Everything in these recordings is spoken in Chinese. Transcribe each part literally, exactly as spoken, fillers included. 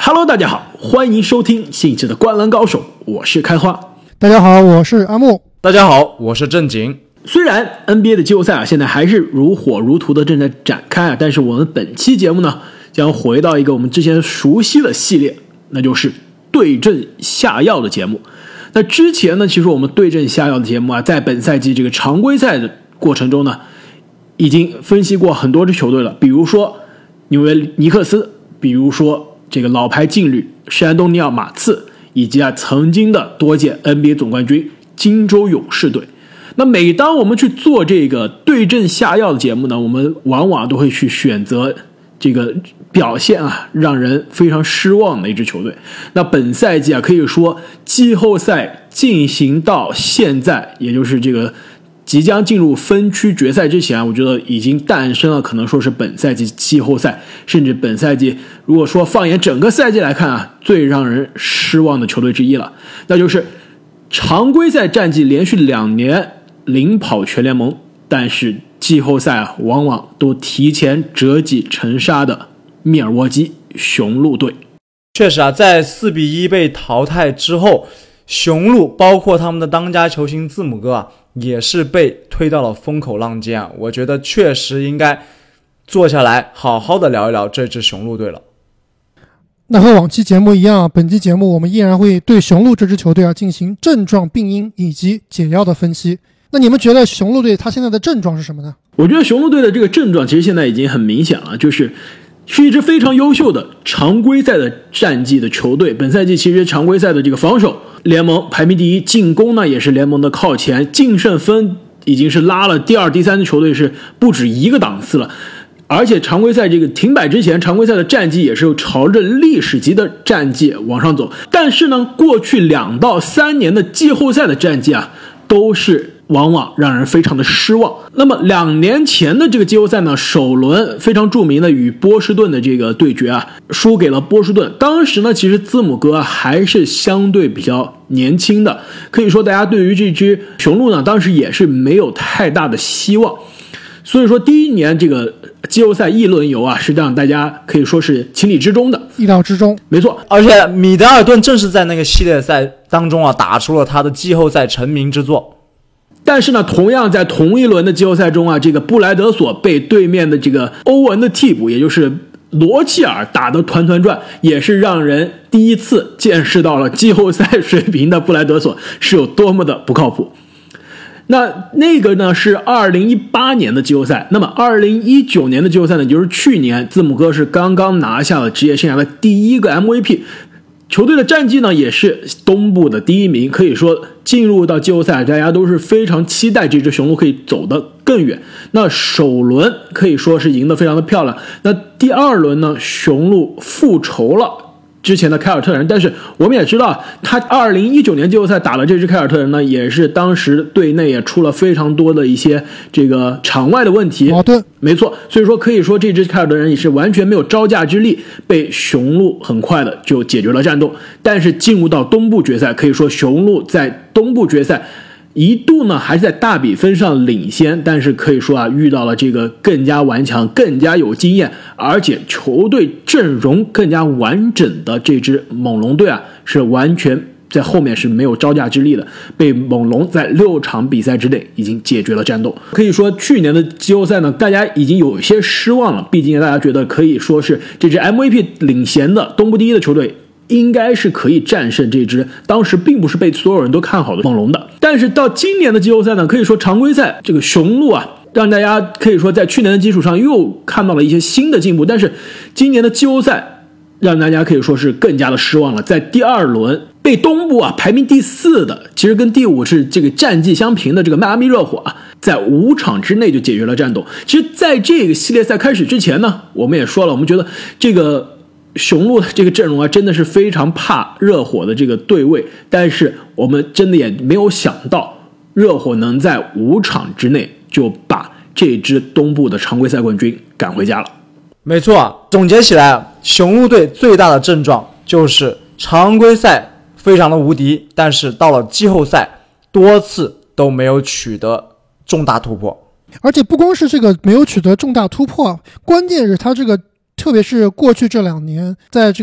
Hello， 大家好，欢迎收听信息的灌篮高手，我是开花。 大家好，我是阿木。 大家好，我是正经。 虽然 N B A 的季后赛啊，现在还是如火如荼的正在展开啊，但是我们本期节目呢，将回到一个我们之前熟悉的系列，那就是对症下药的节目。那之前呢，其实我们对症下药的节目啊，在本赛季这个常规赛的过程中呢，已经分析过很多支球队了，比如说纽约尼克斯，比如说这个老牌劲旅山东尼奥马刺，以及啊曾经的多届 N B A 总冠军金州勇士队。那每当我们去做这个对症下药的节目呢，我们往往都会去选择这个表现啊让人非常失望的一支球队。那本赛季啊，可以说季后赛进行到现在，也就是这个即将进入分区决赛之前，我觉得已经诞生了可能说是本赛季季后赛，甚至本赛季如果说放眼整个赛季来看啊，最让人失望的球队之一了，那就是常规赛战绩连续两年领跑全联盟，但是季后赛啊往往都提前折戟沉沙的密尔沃基雄鹿队。 确实啊，在四比一被淘汰之后，雄鹿包括他们的当家球星字母哥啊，也是被推到了风口浪尖啊。我觉得确实应该坐下来好好的聊一聊这支雄鹿队了。 那和往期节目一样啊，本期节目我们依然会对雄鹿这支球队啊进行症状、病因以及解药的分析。那你们觉得雄鹿队他现在的症状是什么呢？ 我觉得雄鹿队的这个症状其实现在已经很明显了，就是是一支非常优秀的常规赛的战绩的球队。本赛季其实常规赛的这个防守联盟排名第一，进攻呢也是联盟的靠前，净胜分已经是拉了第二、第三的球队是不止一个档次了。而且常规赛这个停摆之前，常规赛的战绩也是朝着历史级的战绩往上走。但是呢，过去两到三年的季后赛的战绩啊，都是往往让人非常的失望。那么两年前的这个季后赛呢，首轮非常著名的与波士顿的这个对决啊，输给了波士顿。当时呢，其实字母哥还是相对比较年轻的，可以说大家对于这支雄鹿呢，当时也是没有太大的希望。所以说第一年这个季后赛一轮游啊，是让大家可以说是情理之中的， 意料之中。 没错， 而且米德尔顿正是在那个系列赛当中啊，打出了他的季后赛成名之作。 但是呢，同样在同一轮的季后赛中啊，这个布莱德索被对面的这个欧文的替补，也就是罗齐尔打得团团转，也是让人第一次见识到了季后赛水平的布莱德索是有多么的不靠谱。那那个呢是二零一八年的季后赛，那么二零一九年的季后赛呢，就是去年字母哥是刚刚拿下了职业生涯的第一个 M V P， 球队的战绩呢也是东部的第一名，可以说进入到季后赛大家都是非常期待这支雄鹿可以走得更远。那首轮可以说是赢得非常的漂亮，那第二轮呢，雄鹿复仇了之前的凯尔特人，但是我们也知道他二零一九年季后赛打了这支凯尔特人呢，也是当时队内也出了非常多的一些这个场外的问题矛盾。 没错，所以说可以说这支凯尔特人也是完全没有招架之力，被雄鹿很快的就解决了战斗。但是进入到东部决赛，可以说雄鹿在东部决赛一度呢还是在大比分上领先，但是可以说啊，遇到了这个更加顽强、更加有经验，而且球队阵容更加完整的这支猛龙队啊，是完全在后面是没有招架之力的，被猛龙在六场比赛之内已经解决了战斗。可以说去年的季后赛呢，大家已经有一些失望了，毕竟大家觉得可以说是这支 M V P 领衔的东部第一的球队应该是可以战胜这支当时并不是被所有人都看好的猛龙的。但是到今年的季后赛呢，可以说常规赛这个雄鹿啊，让大家可以说在去年的基础上又看到了一些新的进步，但是今年的季后赛让大家可以说是更加的失望了。在第二轮被东部啊排名第四的，其实跟第五是这个战绩相平的这个迈阿密热火啊，在五场之内就解决了战斗。其实在这个系列赛开始之前呢，我们也说了，我们觉得这个雄鹿的这个阵容啊，真的是非常怕热火的这个对位，但是我们真的也没有想到热火能在五场之内就把这支东部的常规赛冠军赶回家了。 没错，总结起来，雄鹿队最大的症状就是常规赛非常的无敌，但是到了季后赛多次都没有取得重大突破。 而且不光是这个没有取得重大突破，关键是他这个特别是过去这两年在这个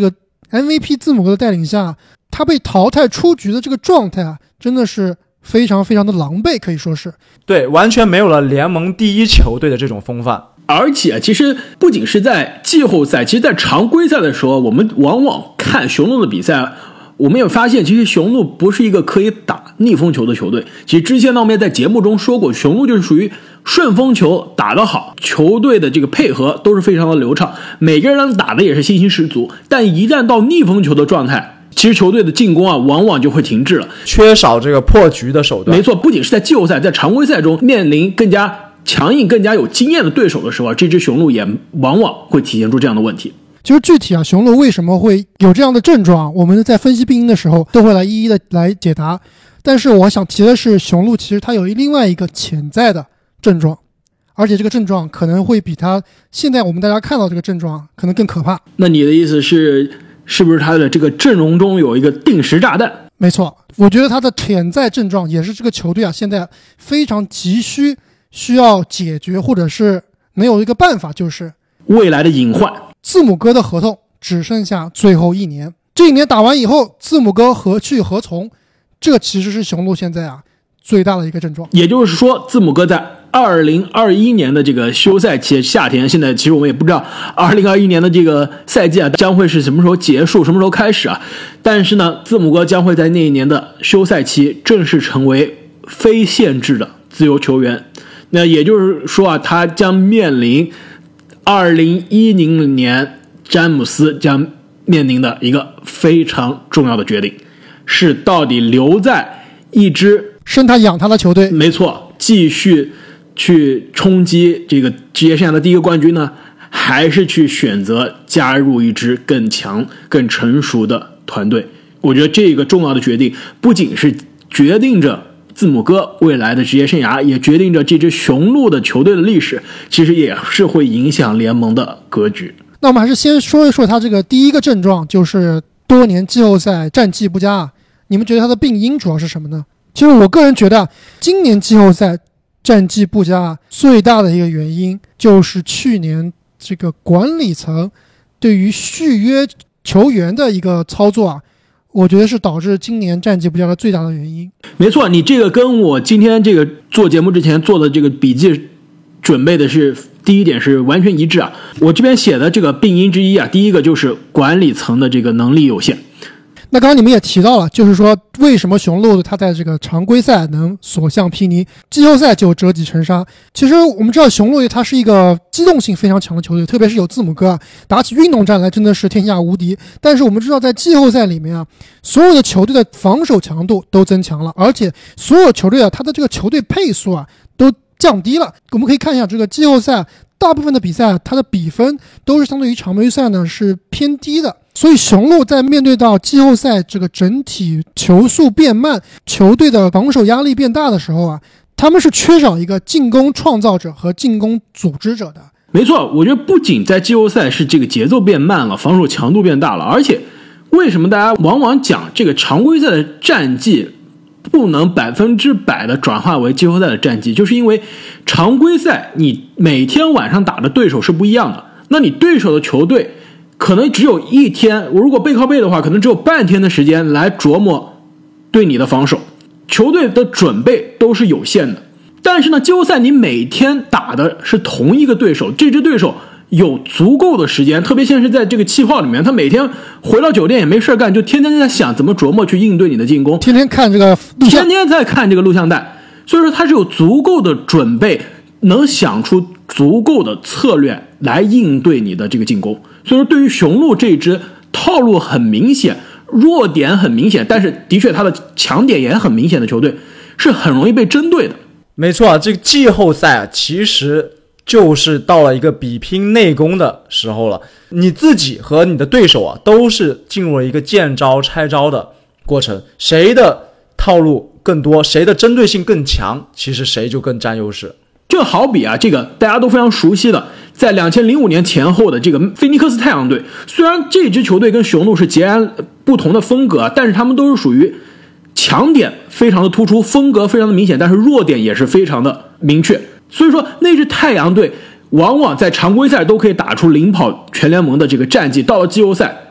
M V P 字母哥的带领下，他被淘汰出局的这个状态啊，真的是非常非常的狼狈，可以说是对，完全没有了联盟第一球队的这种风范。 而且其实不仅是在季后赛，其实在常规赛的时候，我们往往看雄鹿的比赛，我们也发现其实雄鹿不是一个可以打逆风球的球队。其实之前呢我们也在节目中说过，雄鹿就是属于顺风球打得好，球队的这个配合都是非常的流畅，每个人打的也是信心十足，但一旦到逆风球的状态，其实球队的进攻啊往往就会停滞了， 缺少这个破局的手段。 没错，不仅是在季后赛，在常规赛中面临更加强硬更加有经验的对手的时候，这支雄鹿也往往会体现出这样的问题。 其实具体啊，雄鹿为什么会有这样的症状，我们在分析病因的时候都会来一一的来解答。但是我想提的是，雄鹿其实它有另外一个潜在的症状，而且这个症状可能会比它现在我们大家看到这个症状可能更可怕。 那你的意思是，是不是它的这个阵容中有一个定时炸弹？ 没错，我觉得它的潜在症状也是这个球队啊现在非常急需需要解决，或者是没有一个办法，就是未来的隐患。 字母哥的合同只剩下最后一年，这一年打完以后，字母哥何去何从？这其实是雄鹿现在啊最大的一个症状。 也就是说，字母哥在二零二一年的这个休赛期夏天，现在其实我们也不知道二零二一年的这个赛季啊将会是什么时候结束，什么时候开始啊？但是呢，字母哥将会在那一年的休赛期正式成为非限制的自由球员。那也就是说啊，他将面临二零一零年詹姆斯将面临的一个非常重要的决定，是到底留在一支生他养他的球队， 没错，继续去冲击这个职业生涯的第一个冠军呢，还是去选择加入一支更强更成熟的团队？我觉得这个重要的决定不仅是决定着字母哥未来的职业生涯，也决定着这支雄鹿的球队的历史，其实也是会影响联盟的格局。 那我们还是先说一说他这个第一个症状，就是多年季后赛战绩不佳。你们觉得他的病因主要是什么呢？其实我个人觉得今年季后赛战绩不佳最大的一个原因就是去年这个管理层对于续约球员的一个操作啊，我觉得是导致今年战绩不佳的最大的原因。 没错，你这个跟我今天这个做节目之前做的这个笔记准备的是第一点是完全一致啊。我这边写的这个病因之一啊，第一个就是管理层的这个能力有限。 那刚刚你们也提到了，就是说为什么雄鹿他在这个常规赛能所向披靡，季后赛就折戟沉沙。其实我们知道雄鹿他是一个机动性非常强的球队，特别是有字母哥啊，打起运动战来真的是天下无敌。但是我们知道在季后赛里面啊，所有的球队的防守强度都增强了，而且所有球队啊，他的这个球队配速啊都降低了。我们可以看一下这个季后赛大部分的比赛，它的比分都是相对于常规赛呢是偏低的。所以雄鹿在面对到季后赛这个整体球速变慢，球队的防守压力变大的时候啊，他们是缺少一个进攻创造者和进攻组织者的。 没错，我觉得不仅在季后赛是这个节奏变慢了，防守强度变大了，而且为什么大家往往讲这个常规赛的战绩不能百分之百的转化为季后赛的战绩，就是因为常规赛你每天晚上打的对手是不一样的，那你对手的球队可能只有一天，我如果背靠背的话，可能只有半天的时间来琢磨对你的防守，球队的准备都是有限的。但是呢，季后赛你每天打的是同一个对手，这支对手有足够的时间，特别现在是在这个气泡里面，他每天回到酒店也没事干，就天天在想怎么琢磨去应对你的进攻， 天天看这个录像， 天天在看这个录像带，所以说他是有足够的准备，能想出足够的策略来应对你的这个进攻。所以说对于雄鹿这支套路很明显，弱点很明显，但是的确他的强点也很明显的球队，是很容易被针对的。 没错啊，这个季后赛啊，其实就是到了一个比拼内功的时候了。你自己和你的对手啊，都是进入了一个见招拆招的过程，谁的套路更多，谁的针对性更强，其实谁就更占优势。 就好比啊，这个大家都非常熟悉的，在两千零五年前后的这个菲尼克斯太阳队，虽然这支球队跟雄鹿是截然不同的风格，但是他们都是属于强点非常的突出，风格非常的明显，但是弱点也是非常的明确。所以说那支太阳队往往在常规赛都可以打出领跑全联盟的这个战绩，到了季后赛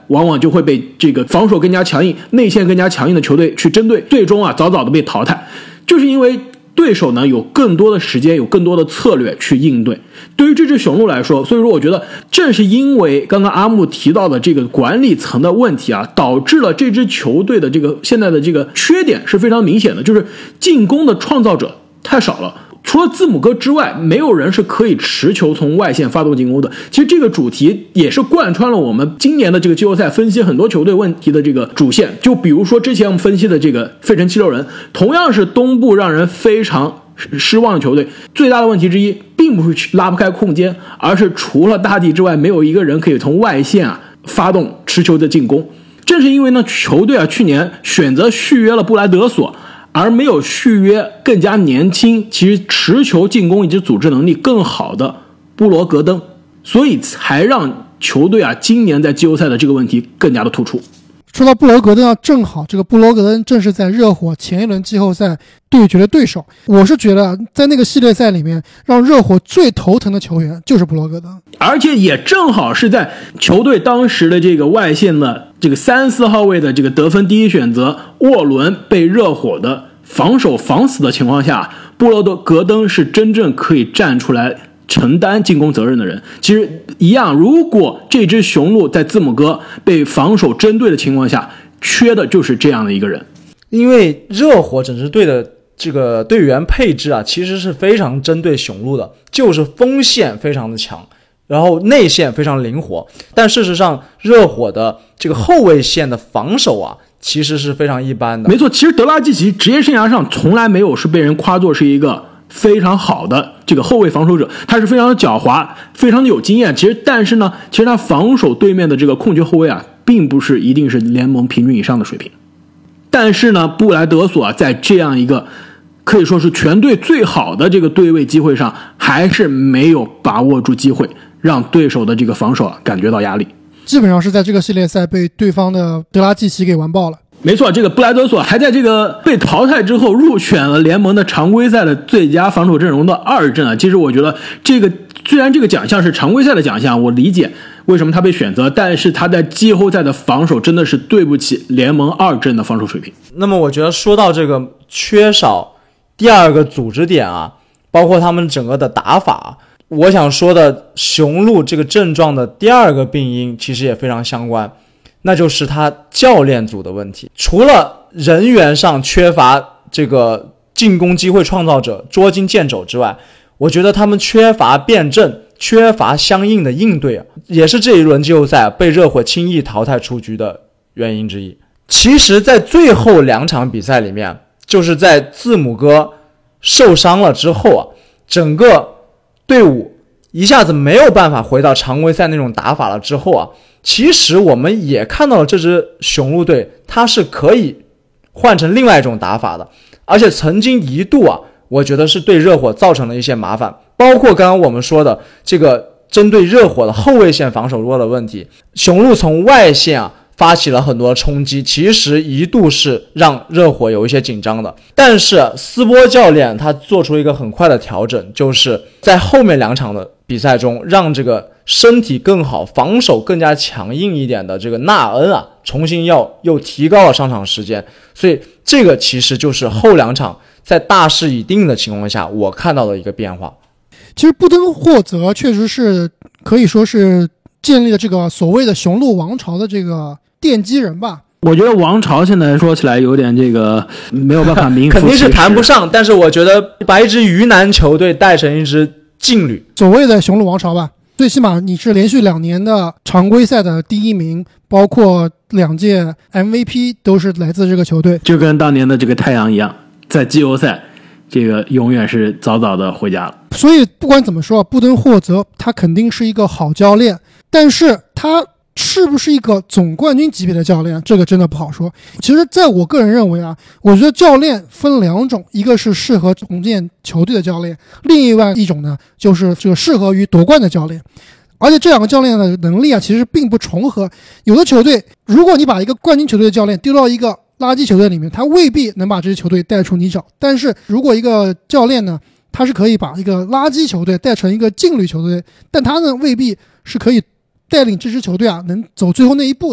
往往就会被这个防守更加强硬、内线更加强硬的球队去针对，最终啊早早的被淘汰，就是因为对手呢有更多的时间，有更多的策略去应对。对于这只雄鹿来说，所以说我觉得正是因为刚刚阿木提到的这个管理层的问题啊，导致了这支球队的这个现在的这个缺点是非常明显的，就是进攻的创造者太少了。除了字母哥之外，没有人是可以持球从外线发动进攻的。其实这个主题也是贯穿了我们今年的这个季后赛分析很多球队问题的这个主线。就比如说之前我们分析的这个费城七六人，同样是东部让人非常失望的球队，最大的问题之一并不是拉不开空间，而是除了大帝之外，没有一个人可以从外线啊发动持球的进攻。正是因为呢，球队啊去年选择续约了布莱德索，而没有续约更加年轻、其实持球进攻以及组织能力更好的布罗格登，所以才让球队啊今年在季后赛的这个问题更加的突出。 说到布罗格登啊，正好这个布罗格登正是在热火前一轮季后赛对决的对手。我是觉得在那个系列赛里面，让热火最头疼的球员就是布罗格登， 而且也正好是在球队当时的这个外线的这个三四号位的这个得分第一选择沃伦被热火的防守防死的情况下，布罗格登是真正可以站出来承担进攻责任的人。其实一样，如果这支雄鹿在字母哥被防守针对的情况下，缺的就是这样的一个人。 因为热火整支队的这个队员配置啊，其实是非常针对雄鹿的，就是锋线非常的强，然后内线非常灵活。但事实上，热火的这个后卫线的防守啊，其实是非常一般的。 没错，其实德拉季奇职业生涯上从来没有是被人夸作是一个非常好的这个后卫防守者，他是非常的狡猾，非常的有经验。其实，但是呢，其实他防守对面的这个控球后卫啊，并不是一定是联盟平均以上的水平。但是呢，布莱德索啊，在这样一个可以说是全队最好的这个对位机会上，还是没有把握住机会，让对手的这个防守啊感觉到压力。 基本上是在这个系列赛被对方的德拉季奇给完爆了。 没错，这个布莱德索还在这个被淘汰之后入选了联盟的常规赛的最佳防守阵容的二阵啊。其实我觉得这个虽然这个奖项是常规赛的奖项，我理解为什么他被选择，但是他在季后赛的防守真的是对不起联盟二阵的防守水平。 那么我觉得说到这个缺少第二个组织点啊，包括他们整个的打法，我想说的雄鹿这个症状的第二个病因其实也非常相关，那就是他教练组的问题。除了人员上缺乏这个进攻机会创造者捉襟见肘之外，我觉得他们缺乏辩证，缺乏相应的应对，也是这一轮季后赛被热火轻易淘汰出局的原因之一。其实在最后两场比赛里面，就是在字母哥受伤了之后啊，整个队伍一下子没有办法回到常规赛那种打法了之后啊，其实我们也看到了这支雄鹿队它是可以换成另外一种打法的，而且曾经一度啊，我觉得是对热火造成了一些麻烦，包括刚刚我们说的这个针对热火的后卫线防守弱的问题，雄鹿从外线啊发起了很多冲击，其实一度是让热火有一些紧张的。但是斯波教练他做出一个很快的调整，就是在后面两场的比赛中，让这个身体更好、防守更加强硬一点的这个纳恩啊，重新要又提高了上场时间。所以这个其实就是后两场在大势已定的情况下，我看到的一个变化。 其实布登霍泽确实是可以说是建立了这个所谓的雄鹿王朝的这个奠基人吧。 我觉得王朝现在说起来有点这个没有办法名副其实， 肯定是谈不上，但是我觉得把一支鱼腩球队带成一支劲旅， 所谓的雄鹿王朝吧，最起码你是连续两年的常规赛的第一名，包括两届 M V P 都是来自这个球队， 就跟当年的这个太阳一样，在季后赛这个永远是早早的回家了。 所以不管怎么说，布登霍泽他肯定是一个好教练，但是他是不是一个总冠军级别的教练，这个真的不好说。其实在我个人认为啊，我觉得教练分两种，一个是适合重建球队的教练，另外一种呢就是这个适合于夺冠的教练。而且这两个教练的能力啊其实并不重合，有的球队如果你把一个冠军球队的教练丢到一个垃圾球队里面，他未必能把这支球队带出泥沼，但是如果一个教练呢，他是可以把一个垃圾球队带成一个劲旅球队，但他呢未必是可以带领这支球队啊能走最后那一步的。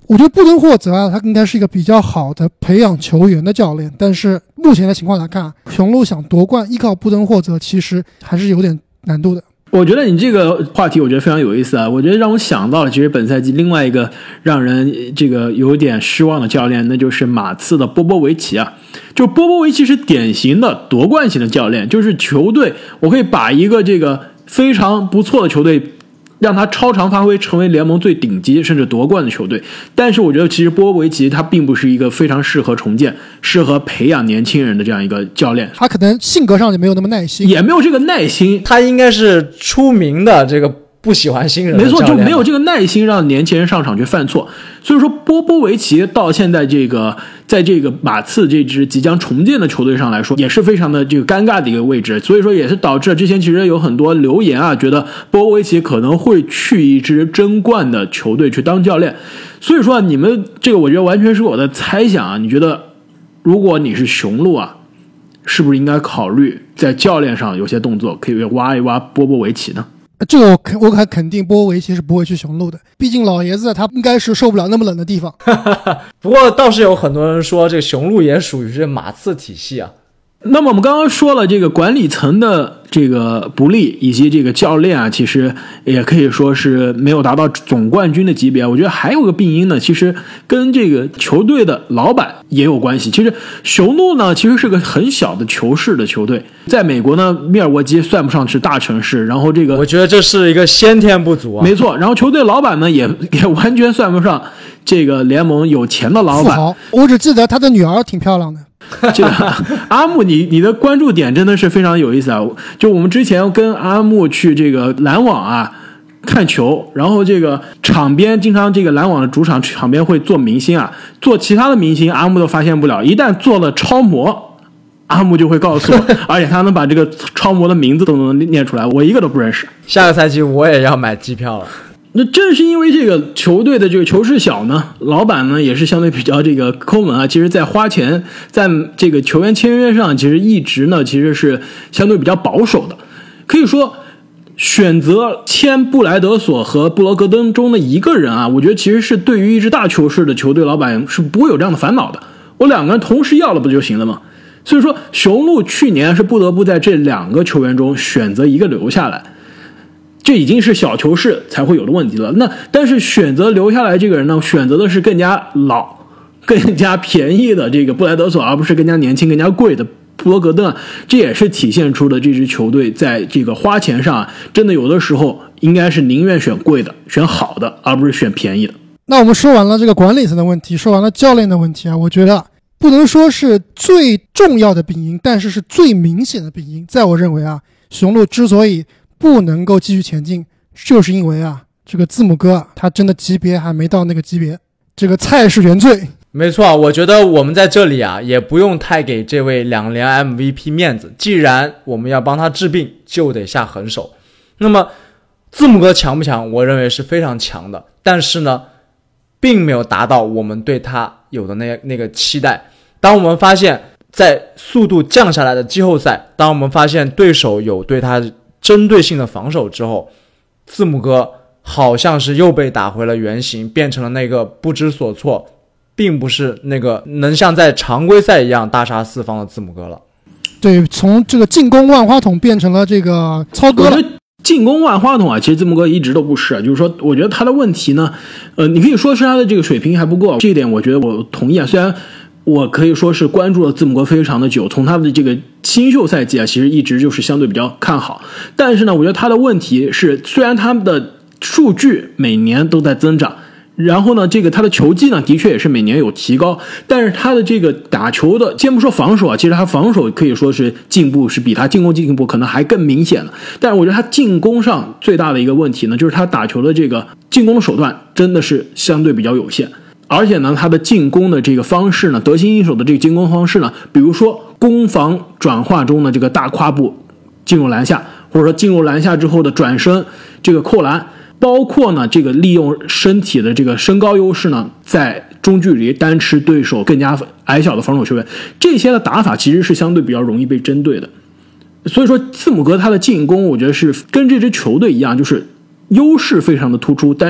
我觉得布登霍泽啊，他应该是一个比较好的培养球员的教练，但是目前的情况来看，雄鹿想夺冠依靠布登霍泽其实还是有点难度的。 我觉得你这个话题我觉得非常有意思啊！我觉得让我想到了，其实本赛季另外一个让人这个有点失望的教练，那就是马刺的波波维奇啊。就波波维奇是典型的夺冠型的教练，就是球队我可以把一个这个非常不错的球队让他超常发挥，成为联盟最顶级甚至夺冠的球队。但是我觉得其实波波维奇他并不是一个非常适合重建、适合培养年轻人的这样一个教练， 他可能性格上就没有那么耐心， 也没有这个耐心。 他应该是出名的这个不喜欢新人的教练， 没错，就没有这个耐心让年轻人上场去犯错。所以说波波维奇到现在这个在这个马刺这支即将重建的球队上来说，也是非常的这个尴尬的一个位置。所以说也是导致了之前其实有很多留言啊，觉得波波维奇可能会去一支争冠的球队去当教练。所以说你们这个我觉得完全是我的猜想啊。你觉得如果你是雄鹿啊，是不是应该考虑在教练上有些动作可以挖一挖波波维奇呢？ 这个我肯我很肯定波波维奇是不会去雄鹿的，毕竟老爷子他应该是受不了那么冷的地方。 不过倒是有很多人说这个雄鹿也属于这马刺体系啊。 那么我们刚刚说了这个管理层的这个不利，以及这个教练啊，其实也可以说是没有达到总冠军的级别。我觉得还有个病因呢，其实跟这个球队的老板也有关系。其实雄鹿呢，其实是个很小的球市的球队，在美国呢，密尔沃基算不上是大城市，然后这个我觉得这是一个先天不足啊。 没错，然后球队老板呢也也完全算不上这个联盟有钱的老板。 富豪，我只记得他的女儿挺漂亮的。 这个阿木你你的关注点真的是非常有意思啊！就我们之前跟阿木去这个篮网啊看球，然后这个场边经常这个篮网的主场场边会做明星啊，做其他的明星阿木都发现不了，一旦做了超模，阿木就会告诉我，而且他能把这个超模的名字都能念出来，我一个都不认识。 下个赛季我也要买机票了。 那正是因为这个球队的这个球市小呢，老板呢也是相对比较这个抠门啊。其实，在花钱，在这个球员签约上，其实一直呢其实是相对比较保守的。可以说，选择签布莱德索和布罗格登中的一个人啊，我觉得其实是对于一支大球市的球队老板是不会有这样的烦恼的。我两个人同时要了不就行了吗？所以说，雄鹿去年是不得不在这两个球员中选择一个留下来。这已经是小球市才会有的问题了。那但是选择留下来这个人呢，选择的是更加老、更加便宜的这个布莱德索，而不是更加年轻、更加贵的布罗格登啊。这也是体现出了这支球队在这个花钱上啊，真的有的时候应该是宁愿选贵的、选好的，而不是选便宜的。 那我们说完了这个管理层的问题，说完了教练的问题啊，我觉得不能说是最重要的病因，但是是最明显的病因。在我认为啊，雄鹿之所以不能够继续前进，就是因为啊，这个字母哥啊，他真的级别还没到那个级别，这个菜是原罪。 没错，我觉得我们在这里啊，也不用太给这位两连 M V P 面子。既然我们要帮他治病，就得下狠手。那么字母哥强不强？我认为是非常强的，但是呢，并没有达到我们对他有的那那个期待。当我们发现，在速度降下来的季后赛，当我们发现对手有对他针对性的防守之后，字母哥好像是又被打回了原形，变成了那个不知所措，并不是那个能像在常规赛一样大杀四方的字母哥了。 对，从这个进攻万花筒变成了这个操哥了。 进攻万花筒啊，其实字母哥一直都不是，就是说，我觉得他的问题呢，呃，你可以说是他的这个水平还不够，这一点我觉得我同意啊。虽然我可以说是关注了字母哥非常的久，从他的这个新秀赛季啊，其实一直就是相对比较看好。但是呢，我觉得他的问题是，虽然他的数据每年都在增长，然后呢，这个他的球技呢，的确也是每年有提高，但是他的这个打球的，先不说防守啊，其实他防守可以说是进步，是比他进攻进步可能还更明显的。但是我觉得他进攻上最大的一个问题呢，就是他打球的这个进攻的手段真的是相对比较有限。而且呢，他的进攻的这个方式呢，得心应手的这个进攻方式呢，比如说攻防转化中的这个大跨步进入篮下，或者说进入篮下之后的转身这个扣篮，包括呢这个利用身体的这个身高优势呢，在中距离单吃对手更加矮小的防守球员，这些的打法其实是相对比较容易被针对的。所以说字母哥他的进攻，我觉得是跟这支球队一样，就是优势非常的突出，但是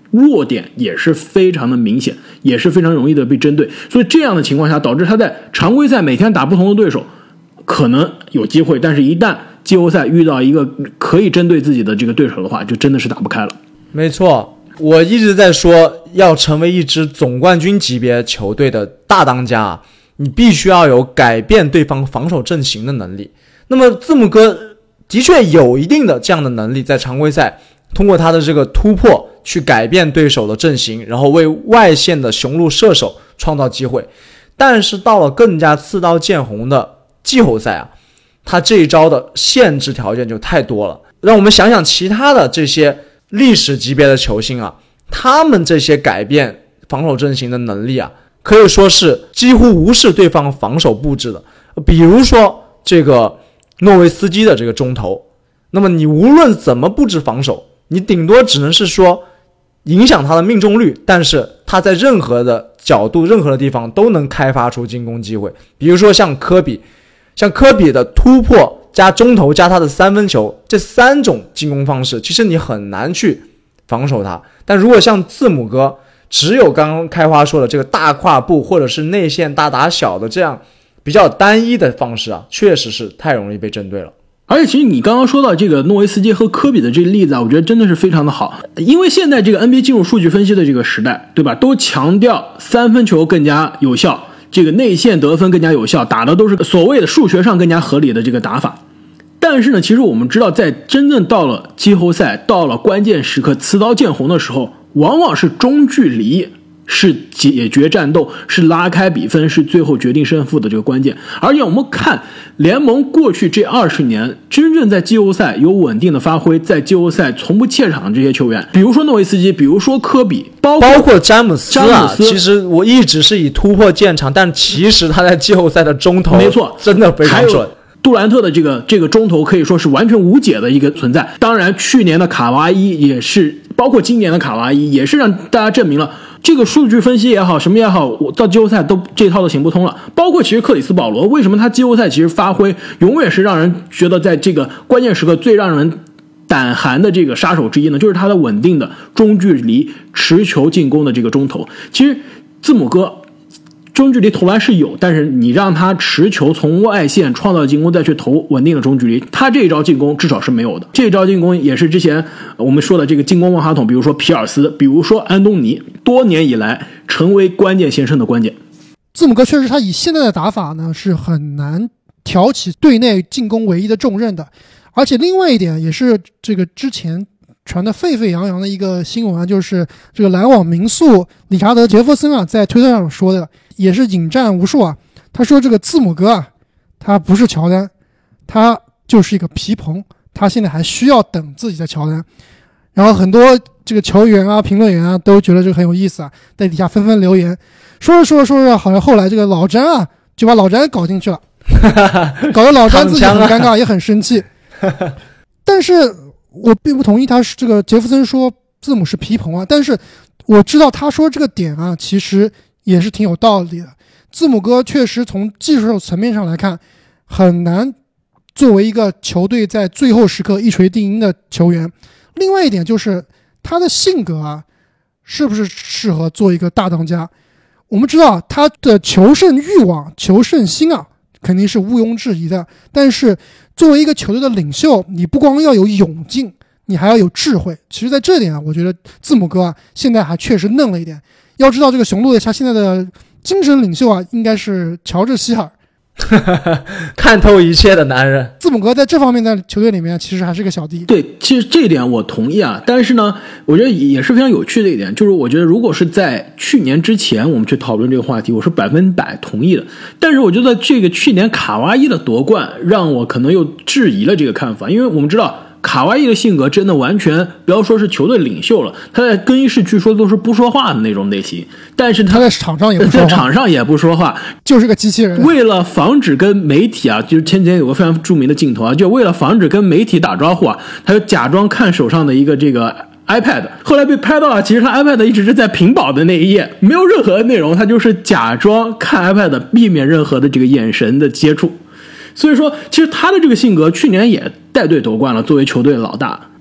弱点也是非常的明显，也是非常容易的被针对。所以这样的情况下，导致他在常规赛每天打不同的对手，可能有机会，但是一旦季后赛遇到一个可以针对自己的这个对手的话，就真的是打不开了。 没错，我一直在说，要成为一支总冠军级别球队的大当家，你必须要有改变对方防守阵型的能力。那么字母哥的确有一定的这样的能力，在常规赛通过他的这个突破去改变对手的阵型，然后为外线的雄鹿射手创造机会。但是到了更加刺刀见红的季后赛啊，他这一招的限制条件就太多了。让我们想想其他的这些历史级别的球星啊，他们这些改变防守阵型的能力啊，可以说是几乎无视对方防守布置的。比如说这个诺维斯基的这个中投，那么你无论怎么布置防守，你顶多只能是说影响他的命中率，但是他在任何的角度任何的地方都能开发出进攻机会。比如说像科比，像科比的突破加中投加他的三分球，这三种进攻方式其实你很难去防守他。但如果像字母哥只有刚刚开花说的这个大跨步或者是内线大打小的这样比较单一的方式啊，确实是太容易被针对了。 而且其实你刚刚说到这个诺维斯基和科比的这个例子啊，我觉得真的是非常的好。因为现在这个 N B A 进入数据分析的这个时代，对吧，都强调三分球更加有效，这个内线得分更加有效，打的都是所谓的数学上更加合理的这个打法。但是呢，其实我们知道，在真正到了季后赛，到了关键时刻刺刀见红的时候，往往是中距离是解决战斗，是拉开比分，是最后决定胜负的这个关键。而且我们看联盟过去这二十年，真正在季后赛有稳定的发挥，在季后赛从不怯场的这些球员，比如说诺维斯基，比如说科比，包括包括詹姆斯啊， 詹姆斯其实我一直是以突破见长，但其实他在季后赛的中投， 没错， 真的非常准。 杜兰特的这个这个中投可以说是完全无解的一个存在。当然，去年的卡哇伊也是，包括今年的卡哇伊也是让大家证明了这个数据分析也好，什么也好，我到季后赛都这套都行不通了。包括其实克里斯保罗，为什么他季后赛其实发挥永远是让人觉得在这个关键时刻最让人胆寒的这个杀手之一呢？就是他的稳定的中距离持球进攻的这个中投。其实字母哥中距离投篮是有，但是你让他持球从外线创造进攻再去投稳定的中距离，他这一招进攻至少是没有的。这一招进攻也是之前我们说的这个进攻万花筒，比如说皮尔斯，比如说安东尼，多年以来成为关键先生的关键。 字母哥确实他以现在的打法呢是很难挑起队内进攻唯一的重任的。而且另外一点也是这个之前传的沸沸扬扬的一个新闻啊，就是这个篮网名宿理查德·杰弗森啊在推特上说的，也是引战无数啊。他说这个字母哥啊，他不是乔丹，他就是一个皮蓬，他现在还需要等自己的乔丹。然后很多这个球员啊、评论员啊都觉得这个很有意思啊，在底下纷纷留言，说着说着说着，好像后来这个老詹啊就把老詹搞进去了，搞得老詹自己很尴尬，也很生气。但是我并不同意他是这个杰弗森说字母是皮蓬啊，但是我知道他说这个点啊，其实也是挺有道理的。字母哥确实从技术层面上来看，很难作为一个球队在最后时刻一锤定音的球员。另外一点就是他的性格啊，是不是适合做一个大当家？我们知道他的求胜欲望、求胜心啊，肯定是毋庸置疑的。但是作为一个球队的领袖，你不光要有勇劲，你还要有智慧。其实在这点啊，我觉得字母哥啊现在还确实嫩了一点。要知道这个雄鹿的他现在的精神领袖啊，应该是乔治希尔， 看透一切的男人。 字母哥在这方面在球队里面其实还是个小弟。 对，其实这一点我同意啊，但是呢，我觉得也是非常有趣的一点，就是我觉得如果是在去年之前我们去讨论这个话题，我是百分百同意的。但是我觉得这个去年卡哇伊的夺冠让我可能又质疑了这个看法，因为我们知道卡哇伊的性格真的完全不要说是球队领袖了，他在更衣室据说都是不说话的那种类型，但是 他, 他在场上也不说话， 在场上也不说话， 就是个机器人。 为了防止跟媒体啊，就是前几天有个非常著名的镜头啊，就为了防止跟媒体打招呼啊，他就假装看手上的一个这个 iPad， 后来被拍到了，其实他 iPad 一直是在屏保的那一页，没有任何内容，他就是假装看 iPad， 避免任何的这个眼神的接触。所以说其实他的这个性格去年也带队夺冠了，作为球队的老大，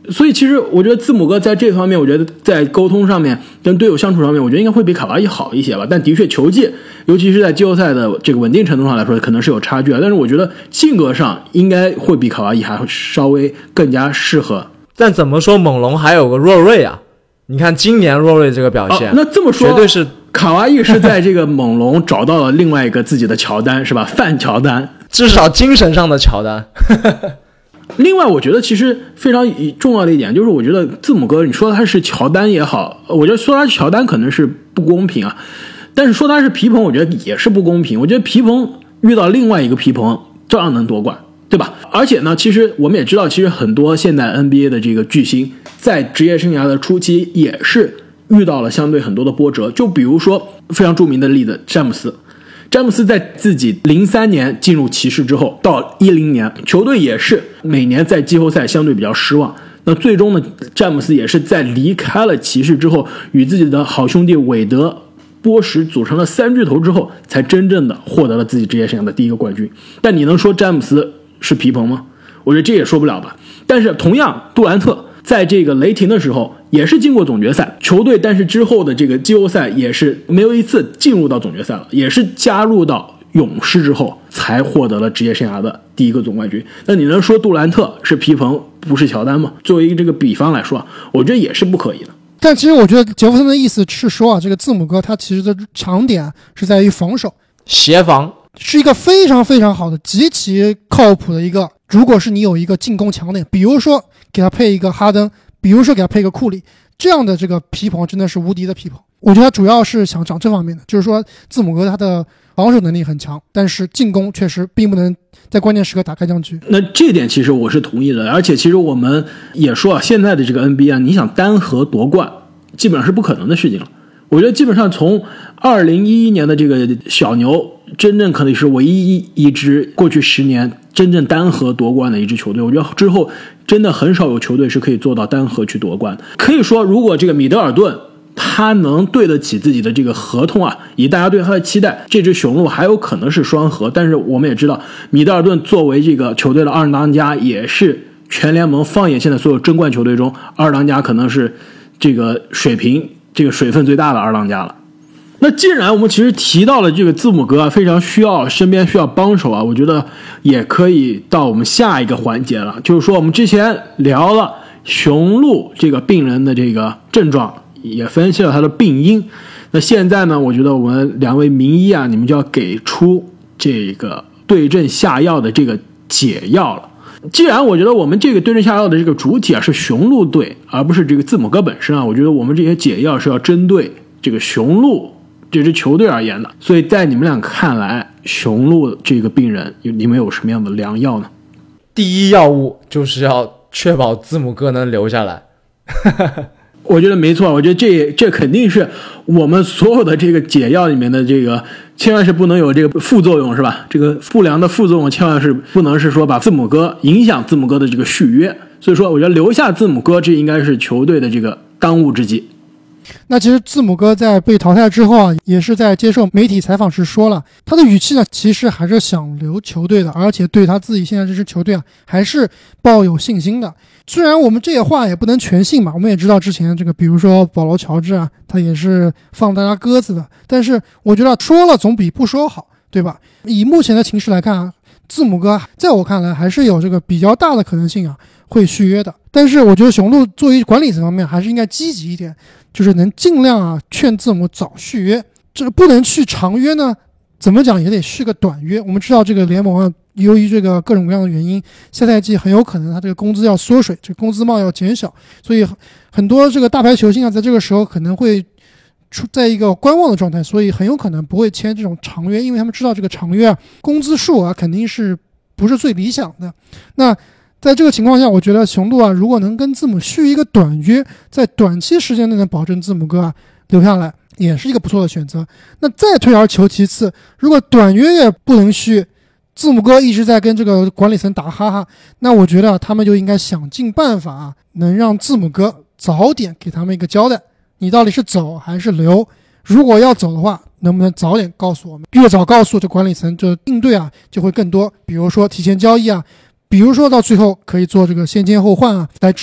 所以其实我觉得字母哥在这方面，我觉得在沟通上面跟队友相处上面，我觉得应该会比卡哇伊好一些吧。但的确球技，尤其是在季后赛的这个稳定程度上来说，可能是有差距啊。但是我觉得性格上应该会比卡哇伊还稍微更加适合。 但怎么说，猛龙还有个若瑞啊，你看今年若瑞这个表现， 哦、那这么说绝对是卡哇伊是在这个猛龙找到了另外一个自己的乔丹，是吧？范乔丹， 至少精神上的乔丹。 另外，我觉得其实非常重要的一点就是，我觉得字母哥，你说他是乔丹也好，我觉得说他是乔丹可能是不公平啊，但是说他是皮蓬，我觉得也是不公平。我觉得皮蓬遇到另外一个皮蓬，照样能夺冠，对吧？而且呢，其实我们也知道，其实很多现在 N B A 的这个巨星，在职业生涯的初期也是遇到了相对很多的波折。就比如说非常著名的例子，詹姆斯。詹姆斯在自己零三年进入骑士之后，到一零年，球队也是每年在季后赛相对比较失望。那最终呢，詹姆斯也是在离开了骑士之后，与自己的好兄弟韦德、波什组成了三巨头之后，才真正的获得了自己职业生涯的第一个冠军。但你能说詹姆斯是皮蓬吗？我觉得这也说不了吧。但是同样，杜兰特在这个雷霆的时候也是进过总决赛，球队但是之后的这个季后赛也是没有一次进入到总决赛了，也是加入到勇士之后才获得了职业生涯的第一个总冠军。那你能说杜兰特是皮蓬不是乔丹吗？作为这个比方来说，我觉得也是不可以的。 但其实我觉得杰弗森的意思是说啊，这个字母哥他其实的强点是在于防守， 协防是一个非常非常好的、极其靠谱的一个。如果是你有一个进攻强点，比如说给他配一个哈登，比如说给他配一个库里，这样的这个皮蓬真的是无敌的皮蓬。我觉得他主要是想讲这方面的，就是说字母哥他的防守能力很强，但是进攻确实并不能在关键时刻打开僵局。 那这点其实我是同意的，而且其实我们也说啊，现在的这个 N B A 啊，你想单核夺冠，基本上是不可能的事情了。我觉得基本上从二零一一年的这个小牛，真正可能是唯一一支过去十年真正单核夺冠的一支球队。我觉得之后真的很少有球队是可以做到单核去夺冠的。可以说，如果这个米德尔顿他能对得起自己的这个合同啊，以大家对他的期待，这支雄鹿还有可能是双核。但是我们也知道，米德尔顿作为这个球队的二当家，也是全联盟放眼现在所有争冠球队中，二当家可能是这个水平这个水分最大的二当家了。那既然我们其实提到了这个字母哥啊，非常需要身边需要帮手啊，我觉得也可以到我们下一个环节了，就是说我们之前聊了雄鹿这个病人的这个症状，也分析了他的病因。那现在呢，我觉得我们两位名医啊，你们就要给出这个对症下药的这个解药了。既然我觉得我们这个对症下药的这个主体啊是雄鹿队，而不是这个字母哥本身啊，我觉得我们这些解药是要针对这个雄鹿这支球队而言的。所以在你们俩看来，雄鹿这个病人你们有什么样的良药呢？ 第一要务就是要确保字母哥能留下来。 我觉得没错，我觉得这这肯定是我们所有的这个解药里面的这个，千万是不能有这个副作用，是吧？这个不良的副作用千万是不能是说把字母哥影响字母哥的这个续约。所以说，我觉得留下字母哥，这应该是球队的这个当务之急。 那其实字母哥在被淘汰之后啊，也是在接受媒体采访时说了，他的语气呢，其实还是想留球队的，而且对他自己现在这支球队啊，还是抱有信心的。虽然我们这些话也不能全信嘛，我们也知道之前这个，比如说保罗乔治啊，他也是放大家鸽子的，但是我觉得说了总比不说好，对吧？以目前的情势来看啊，字母哥在我看来还是有这个比较大的可能性啊，会续约的。但是我觉得雄鹿作为管理层方面还是应该积极一点，就是能尽量啊劝字母早续约。这个不能去长约呢，怎么讲也得续个短约。我们知道这个联盟啊，由于这个各种各样的原因，下赛季很有可能他这个工资要缩水，这个工资帽要减小，所以很多这个大牌球星啊，在这个时候可能会处在一个观望的状态，所以很有可能不会签这种长约，因为他们知道这个长约啊，工资数啊肯定是不是最理想的。那在这个情况下，我觉得雄鹿啊，如果能跟字母续一个短约，在短期时间内能保证字母哥啊留下来，也是一个不错的选择。那再退而求其次，如果短约也不能续，字母哥一直在跟这个管理层打哈哈，那我觉得他们就应该想尽办法啊，能让字母哥早点给他们一个交代，你到底是走还是留？如果要走的话，能不能早点告诉我们？越早告诉这管理层，这应对啊就会更多，比如说提前交易啊，比如说到最后可以做这个先签后换啊来止损。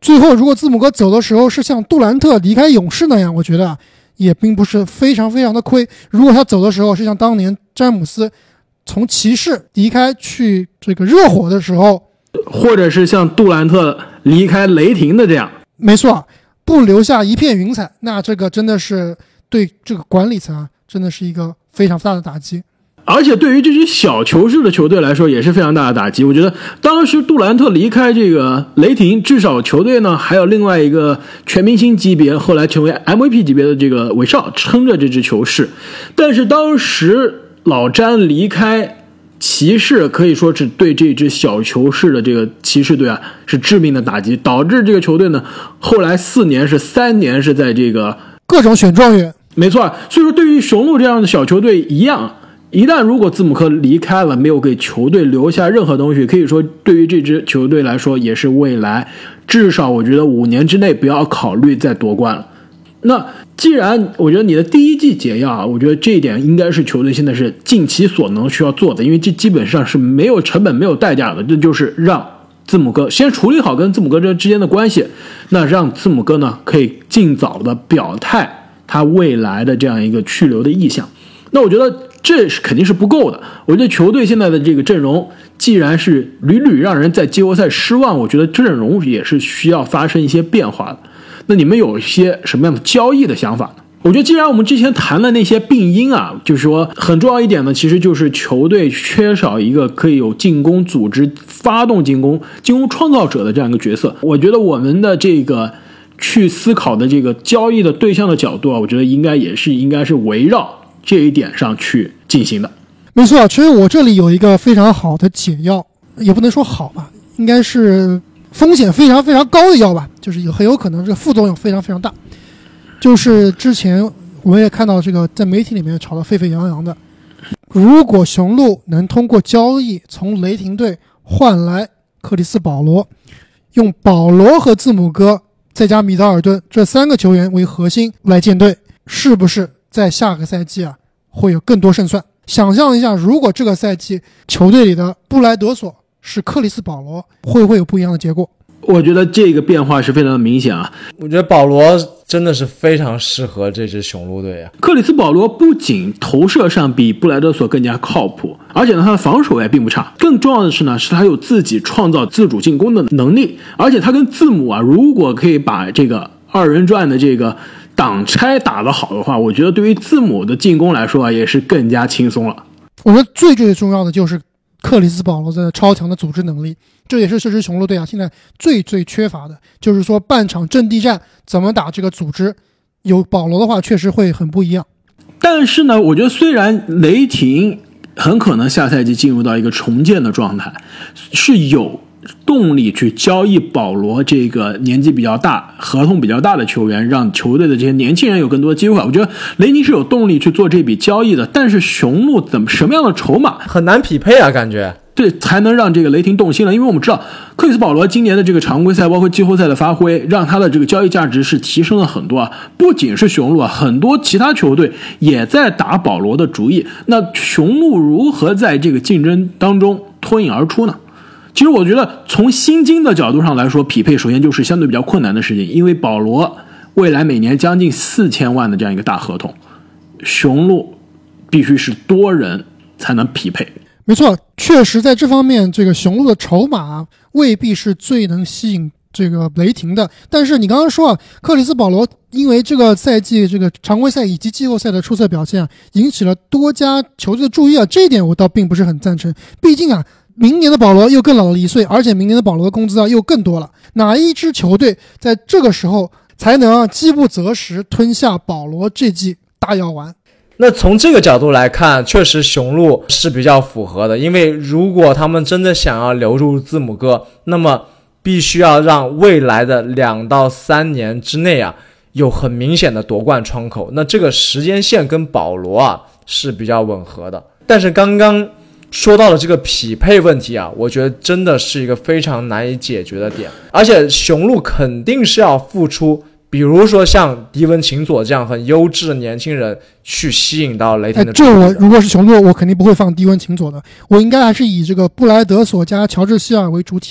最后如果字母哥走的时候是像杜兰特离开勇士那样，我觉得也并不是非常非常的亏。如果他走的时候是像当年詹姆斯从骑士离开去这个热火的时候， 或者是像杜兰特离开雷霆的这样， 没错，不留下一片云彩，那这个真的是对这个管理层啊，真的是一个非常大的打击。 而且对于这支小球市的球队来说也是非常大的打击。我觉得当时杜兰特离开这个雷霆，至少球队呢还有另外一个全明星级别后来成为 M V P 级别的这个韦少撑着这支球市，但是当时老詹离开骑士，可以说是对这支小球市的这个骑士队啊是致命的打击，导致这个球队呢后来四年是三年是在这个各种选状元。 没错，所以说对于雄鹿这样的小球队一样，一旦如果字母哥离开了，没有给球队留下任何东西，可以说对于这支球队来说也是未来至少我觉得五年之内不要考虑再夺冠了。那既然我觉得你的第一季解药啊，我觉得这一点应该是球队现在是尽其所能需要做的，因为这基本上是没有成本没有代价的，这就是让字母哥先处理好跟字母哥这之间的关系，那让字母哥呢可以尽早的表态他未来的这样一个去留的意向。那我觉得这是肯定是不够的，我觉得球队现在的这个阵容既然是屡屡让人在季后赛失望，我觉得阵容也是需要发生一些变化的。那你们有一些什么样的交易的想法呢？我觉得既然我们之前谈的那些病因啊，就是说很重要一点呢，其实就是球队缺少一个可以有进攻组织、发动进攻、进攻创造者的这样一个角色。我觉得我们的这个去思考的这个交易的对象的角度啊，我觉得应该也是应该是围绕这一点上去进行的。 没错，其实我这里有一个非常好的解药，也不能说好吧，应该是风险非常非常高的药吧，就是有很有可能这个副作用非常非常大。就是之前我们也看到这个在媒体里面吵得沸沸扬扬的，如果雄鹿能通过交易从雷霆队换来克里斯保罗，用保罗和字母哥再加米德尔顿这三个球员为核心来建队，是不是在下个赛季啊会有更多胜算？想象一下，如果这个赛季球队里的布莱德索是克里斯保罗，会不会有不一样的结果？ 我觉得这个变化是非常的明显啊。 我觉得保罗真的是非常适合这支雄鹿队啊。 克里斯保罗不仅投射上比布莱德索更加靠谱，而且呢他的防守也并不差，更重要的是呢是他有自己创造自主进攻的能力，而且他跟字母啊如果可以把这个二人转的这个挡拆打得好的话，我觉得对于字母的进攻来说啊也是更加轻松了。 我觉得最最重要的就是克里斯保罗的超强的组织能力，这也是这支雄鹿队啊现在最最缺乏的，就是说半场阵地战怎么打这个组织，有保罗的话确实会很不一样。 但是呢我觉得虽然雷霆很可能下赛季进入到一个重建的状态，是有动力去交易保罗这个年纪比较大、合同比较大的球员，让球队的这些年轻人有更多的机会。我觉得雷尼是有动力去做这笔交易的，但是雄鹿怎么什么样的筹码很难匹配啊，感觉对才能让这个雷霆动心了？因为我们知道克里斯保罗今年的这个常规赛包括季后赛的发挥，让他的这个交易价值是提升了很多啊。不仅是雄鹿啊，很多其他球队也在打保罗的主意。那雄鹿如何在这个竞争当中脱颖而出呢？其实我觉得从薪金的角度上来说，匹配首先就是相对比较困难的事情，因为保罗未来每年将近四千万的这样一个大合同，雄鹿必须是多人才能匹配。 没错，确实在这方面这个雄鹿的筹码未必是最能吸引这个雷霆的。但是你刚刚说啊，克里斯保罗因为这个赛季这个常规赛以及季后赛的出色表现啊，引起了多家球队的注意啊，这一点我倒并不是很赞成。毕竟啊明年的保罗又更老了一岁，而且明年的保罗的工资啊又更多了，哪一支球队在这个时候才能啊饥不择食吞下保罗这剂大药丸？ 那从这个角度来看，确实雄鹿是比较符合的，因为如果他们真的想要留住字母哥，那么必须要让未来的两到三年之内啊有很明显的夺冠窗口，那这个时间线跟保罗啊是比较吻合的。但是刚刚说到了这个匹配问题啊，我觉得真的是一个非常难以解决的点，而且雄鹿肯定是要付出，比如说像迪文琴佐这样很优质的年轻人去吸引到雷霆的、 哎、这我如果是雄鹿，我肯定不会放迪文琴佐的，我应该还是以这个布莱德索加乔治希尔为主体啊。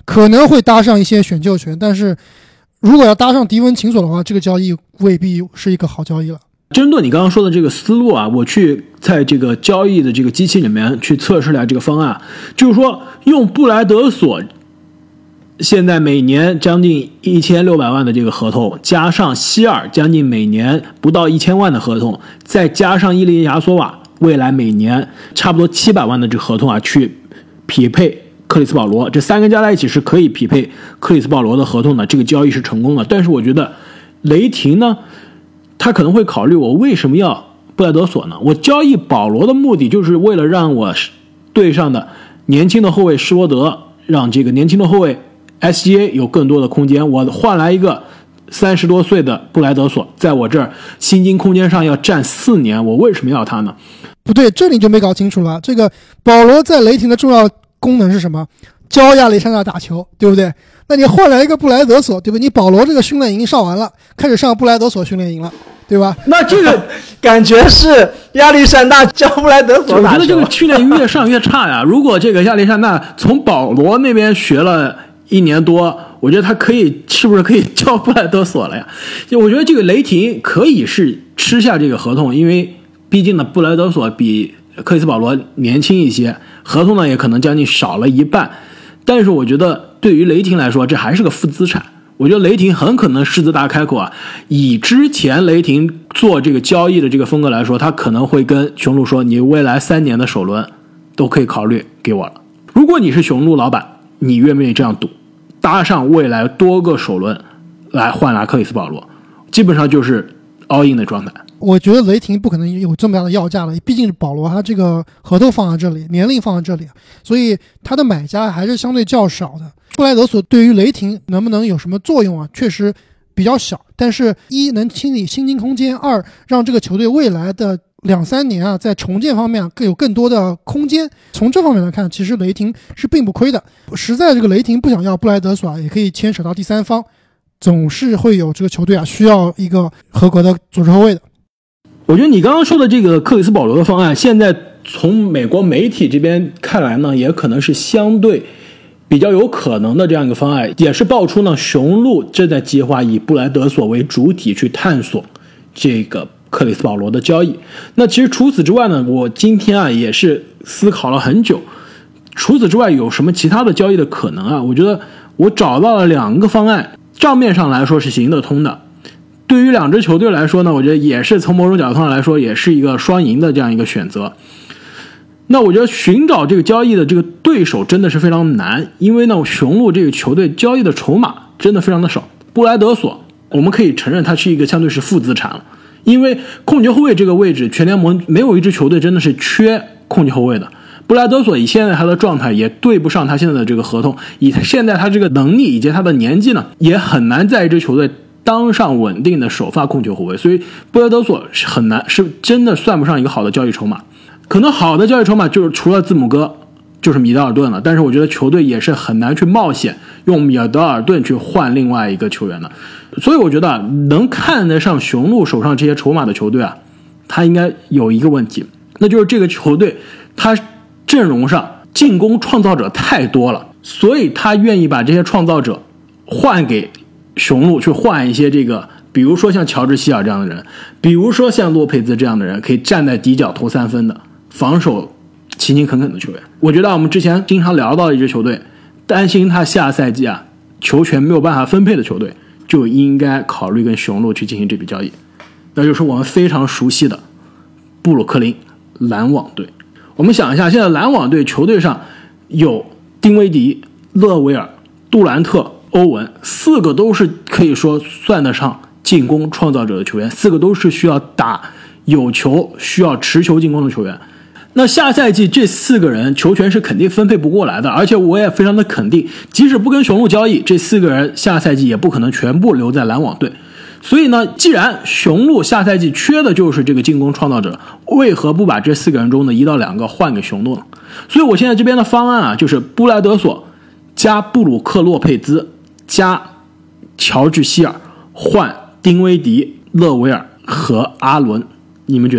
可能会搭上一些选秀权，但是如果要搭上迪文琴索的话，这个交易未必是一个好交易了。 针对你刚刚说的这个思路啊，我去在这个交易的这个机器里面去测试了这个方案，就是说用布莱德索现在每年将近一千六百万的这个合同，加上希尔将近每年不到一千万的合同，再加上伊利亚索瓦未来每年差不多七百万的这个合同啊，去匹配克里斯保罗，这三个加在一起是可以匹配克里斯保罗的合同的，这个交易是成功的。但是我觉得雷霆呢，他可能会考虑，我为什么要布莱德索呢？我交易保罗的目的就是为了让我队上的年轻的后卫施罗德，让这个年轻的后卫 S G A 有更多的空间，我换来一个三十多岁的布莱德索，在我这儿薪金空间上要占四年，我为什么要他呢？ 不对，这里就没搞清楚了。这个保罗在雷霆的重要功能是什么？教亚历山大打球，对不对？那你换来一个布莱德索，对不对？你保罗这个训练营上完了，开始上布莱德索训练营了，对吧？ 那这个感觉是亚历山大教布莱德索打球。 我觉得这个训练营越上越差呀。如果这个亚历山大从保罗那边学了一年多，我觉得他可以是不是可以教布莱德索了呀？就我觉得这个雷霆可以是吃下这个合同，因为毕竟呢布莱德索比克里斯保罗年轻一些，合同呢也可能将近少了一半。但是我觉得对于雷霆来说，这还是个负资产。我觉得雷霆很可能狮子大开口啊，以之前雷霆做这个交易的这个风格来说，他可能会跟雄鹿说，你未来三年的首轮都可以考虑给我了。如果你是雄鹿老板，你愿不愿意这样赌，搭上未来多个首轮来换来克里斯保罗，基本上就是 all in 的状态。 我觉得雷霆不可能有这么大的要价了，毕竟保罗他这个合同放在这里，年龄放在这里，所以他的买家还是相对较少的。布莱德索对于雷霆能不能有什么作用啊？确实比较小，但是一能清理薪金空间，二让这个球队未来的两三年啊，在重建方面更有更多的空间。从这方面来看，其实雷霆是并不亏的。实在这个雷霆不想要布莱德索啊，也可以牵扯到第三方，总是会有这个球队啊需要一个合格的组织后卫的。 我觉得你刚刚说的这个克里斯保罗的方案，现在从美国媒体这边看来呢，也可能是相对比较有可能的这样一个方案，也是爆出呢雄鹿正在计划以布莱德索为主体去探索这个克里斯保罗的交易。那其实除此之外呢，我今天啊也是思考了很久，除此之外有什么其他的交易的可能啊？我觉得我找到了两个方案，账面上来说是行得通的。对于两支球队来说呢，我觉得也是从某种角度上来说，也是一个双赢的这样一个选择。那我觉得寻找这个交易的这个对手真的是非常难，因为呢，雄鹿这个球队交易的筹码真的非常的少。布莱德索，我们可以承认它是一个相对是负资产了，因为控球后卫这个位置，全联盟没有一支球队真的是缺控球后卫的。布莱德索以现在他的状态也对不上他现在的这个合同，以现在他这个能力以及他的年纪呢，也很难在一支球队当上稳定的首发控球后卫，所以布莱德索是很难，是真的算不上一个好的交易筹码。可能好的交易筹码就是除了字母哥就是米德尔顿了，但是我觉得球队也是很难去冒险用米德尔顿去换另外一个球员的。所以我觉得能看得上雄鹿手上这些筹码的球队啊，他应该有一个问题，那就是这个球队他阵容上进攻创造者太多了，所以他愿意把这些创造者换给雄鹿，去换一些这个比如说像乔治希尔这样的人，比如说像洛佩兹这样的人，可以站在底角投三分的，防守勤勤恳恳的球员。我觉得我们之前经常聊到的一支球队，担心他下赛季啊球权没有办法分配的球队，就应该考虑跟雄鹿去进行这笔交易，那就是我们非常熟悉的布鲁克林篮网队。我们想一下，现在篮网队球队上有丁威迪、勒维尔、杜兰特、欧文，四个都是可以说算得上进攻创造者的球员，四个都是需要打有球、需要持球进攻的球员。那下赛季这四个人球权是肯定分配不过来的，而且我也非常的肯定，即使不跟雄鹿交易，这四个人下赛季也不可能全部留在篮网队。所以呢，既然雄鹿下赛季缺的就是这个进攻创造者，为何不把这四个人中的一到两个换给雄鹿呢？所以我现在这边的方案啊，就是布莱德索加布鲁克洛佩兹加乔治希尔换丁威迪、勒维尔和阿伦。你们觉得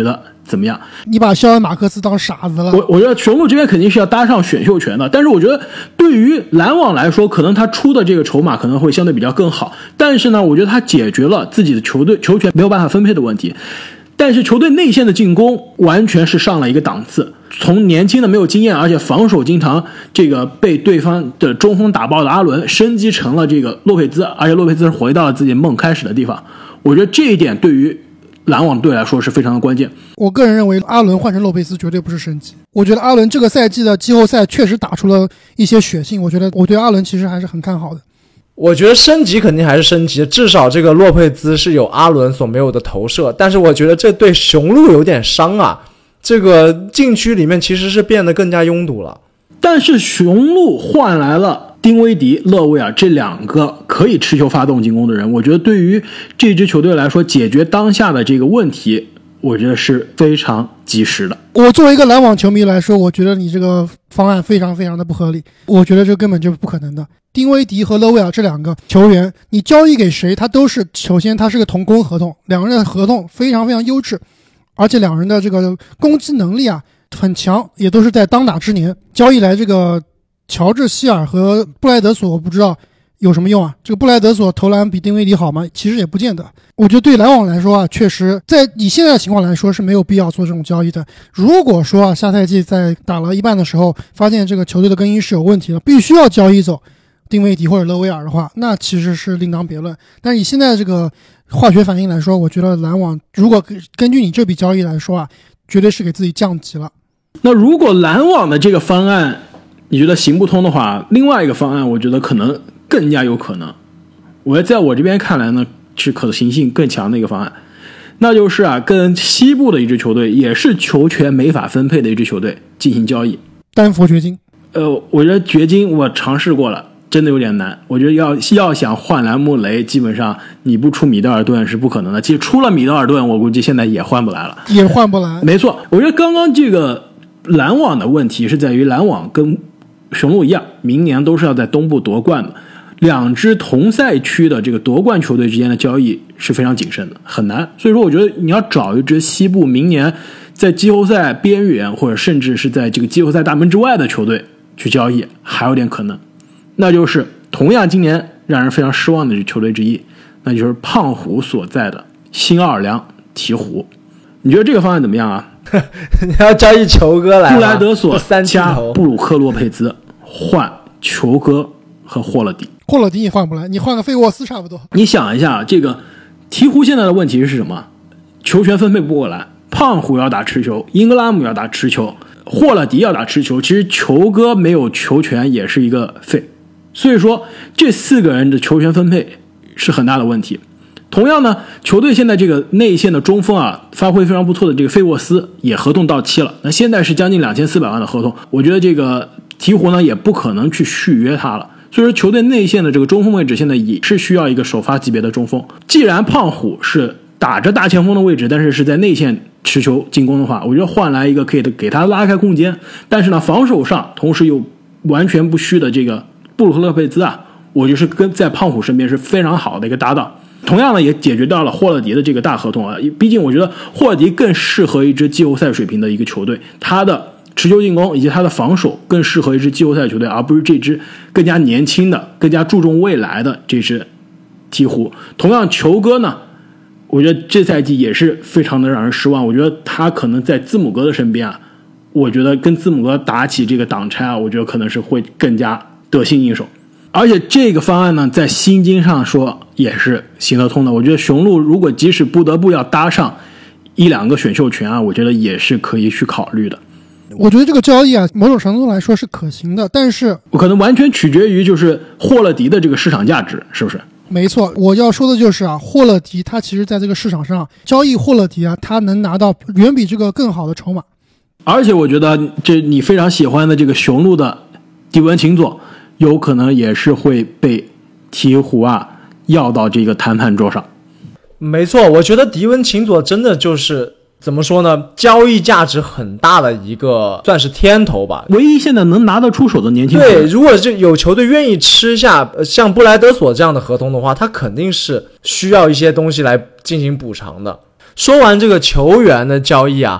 怎么样？ 你把肖恩马克斯当傻子了。 我我觉得雄鹿这边肯定是要搭上选秀权的，但是我觉得对于篮网来说，可能他出的这个筹码可能会相对比较更好，但是呢，我觉得他解决了自己的球队球权没有办法分配的问题。但是球队内线的进攻完全是上了一个档次，从年轻的没有经验，而且防守经常这个被对方的中锋打爆的阿伦，升级成了这个洛佩兹，而且洛佩兹是回到了自己梦开始的地方。我觉得这一点对于篮网队来说是非常的关键。 我个人认为阿伦换成洛佩斯绝对不是升级，我觉得阿伦这个赛季的季后赛确实打出了一些血性，我觉得我对阿伦其实还是很看好的。 我觉得升级肯定还是升级，至少这个洛佩兹是有阿伦所没有的投射，但是我觉得这对雄鹿有点伤啊，这个禁区里面其实是变得更加拥堵了。 但是雄鹿换来了丁威迪、勒维尔这两个可以持球发动进攻的人，我觉得对于这支球队来说，解决当下的这个问题，我觉得是非常及时的。 我作为一个篮网球迷来说，我觉得你这个方案非常非常的不合理，我觉得这根本就是不可能的。丁威迪和勒维尔这两个球员，你交易给谁，他都是首先他是个同工合同，两个人的合同非常非常优质，而且两人的这个攻击能力啊很强，也都是在当打之年。交易来这个乔治希尔和布莱德索，我不知道有什么用啊？这个布莱德索投篮比丁威迪好吗？其实也不见得。我觉得对篮网来说啊，确实在以现在的情况来说是没有必要做这种交易的。如果说啊，下赛季在打了一半的时候，发现这个球队的更衣是有问题了，必须要交易走丁威迪或者勒维尔的话，那其实是另当别论。但是以现在这个化学反应来说，我觉得篮网如果根据你这笔交易来说啊，绝对是给自己降级了。 那如果篮网的这个方案你觉得行不通的话，另外一个方案我觉得可能更加有可能，我在我这边看来呢是可行性更强的一个方案，那就是啊跟西部的一支球队，也是球权没法分配的一支球队进行交易。 丹佛掘金， 呃，我觉得掘金我尝试过了，真的有点难。我觉得要要想换来穆雷，基本上你不出米德尔顿是不可能的。其实出了米德尔顿，我估计现在也换不来了， 也换不来。 没错，我觉得刚刚这个篮网的问题是在于篮网跟雄鹿一样，明年都是要在东部夺冠的。两支同赛区的这个夺冠球队之间的交易是非常谨慎的，很难。所以说我觉得你要找一支西部明年在季后赛边缘或者甚至是在这个季后赛大门之外的球队去交易还有点可能，那就是同样今年让人非常失望的球队之一，那就是胖虎所在的新奥尔良鹈鹕。你觉得这个方案怎么样啊？ 你要交易球哥来， 布莱德索加头布鲁克洛佩兹换球哥和霍勒迪， 霍勒迪也换不来，你换个费沃斯差不多。 你想一下，这个鹈鹕现在的问题是什么？球权分配不过来，胖虎要打持球，英格拉姆要打持球，霍勒迪要打持球，其实球哥没有球权也是一个废，所以说这四个人的球权分配是很大的问题。同样呢，球队现在这个内线的中锋啊，发挥非常不错的这个费沃斯也合同到期了，那现在是将近两千四百万的合同，我觉得这个鹈鹕呢也不可能去续约他了。所以说球队内线的这个中锋位置现在也是需要一个首发级别的中锋。既然胖虎是打着大前锋的位置，但是是在内线持球进攻的话，我觉得换来一个可以给他拉开空间，但是呢防守上同时又完全不虚的这个布鲁克勒佩兹啊，我就是跟在胖虎身边是非常好的一个搭档。同样呢也解决到了霍勒迪的这个大合同啊，毕竟我觉得霍勒迪更适合一支季后赛水平的一个球队，他的持球进攻以及他的防守更适合一支季后赛球队，而不是这支更加年轻的更加注重未来的这支鹈鹕。同样球哥呢，我觉得这赛季也是非常的让人失望，我觉得他可能在字母哥的身边啊，我觉得跟字母哥打起这个挡拆啊，我觉得可能是会更加得心应手。而且这个方案呢在薪金上说也是行得通的，我觉得雄鹿如果即使不得不要搭上一两个选秀权啊，我觉得也是可以去考虑的。 我觉得这个交易啊，某种程度来说是可行的，但是我可能完全取决于就是霍勒迪的这个市场价值，是不是？ 没错，我要说的就是啊，霍勒迪他其实在这个市场上交易霍勒迪啊，他能拿到远比这个更好的筹码。 而且我觉得这你非常喜欢的这个雄鹿的迪文琴佐，有可能也是会被鹈鹕啊要到这个谈判桌上。 没错，我觉得迪文琴佐真的就是怎么说呢，交易价值很大的一个算是天头吧， 唯一现在能拿得出手的年轻人。 对，如果是有球队愿意吃下像布莱德索这样的合同的话，他肯定是需要一些东西来进行补偿的。说完这个球员的交易啊，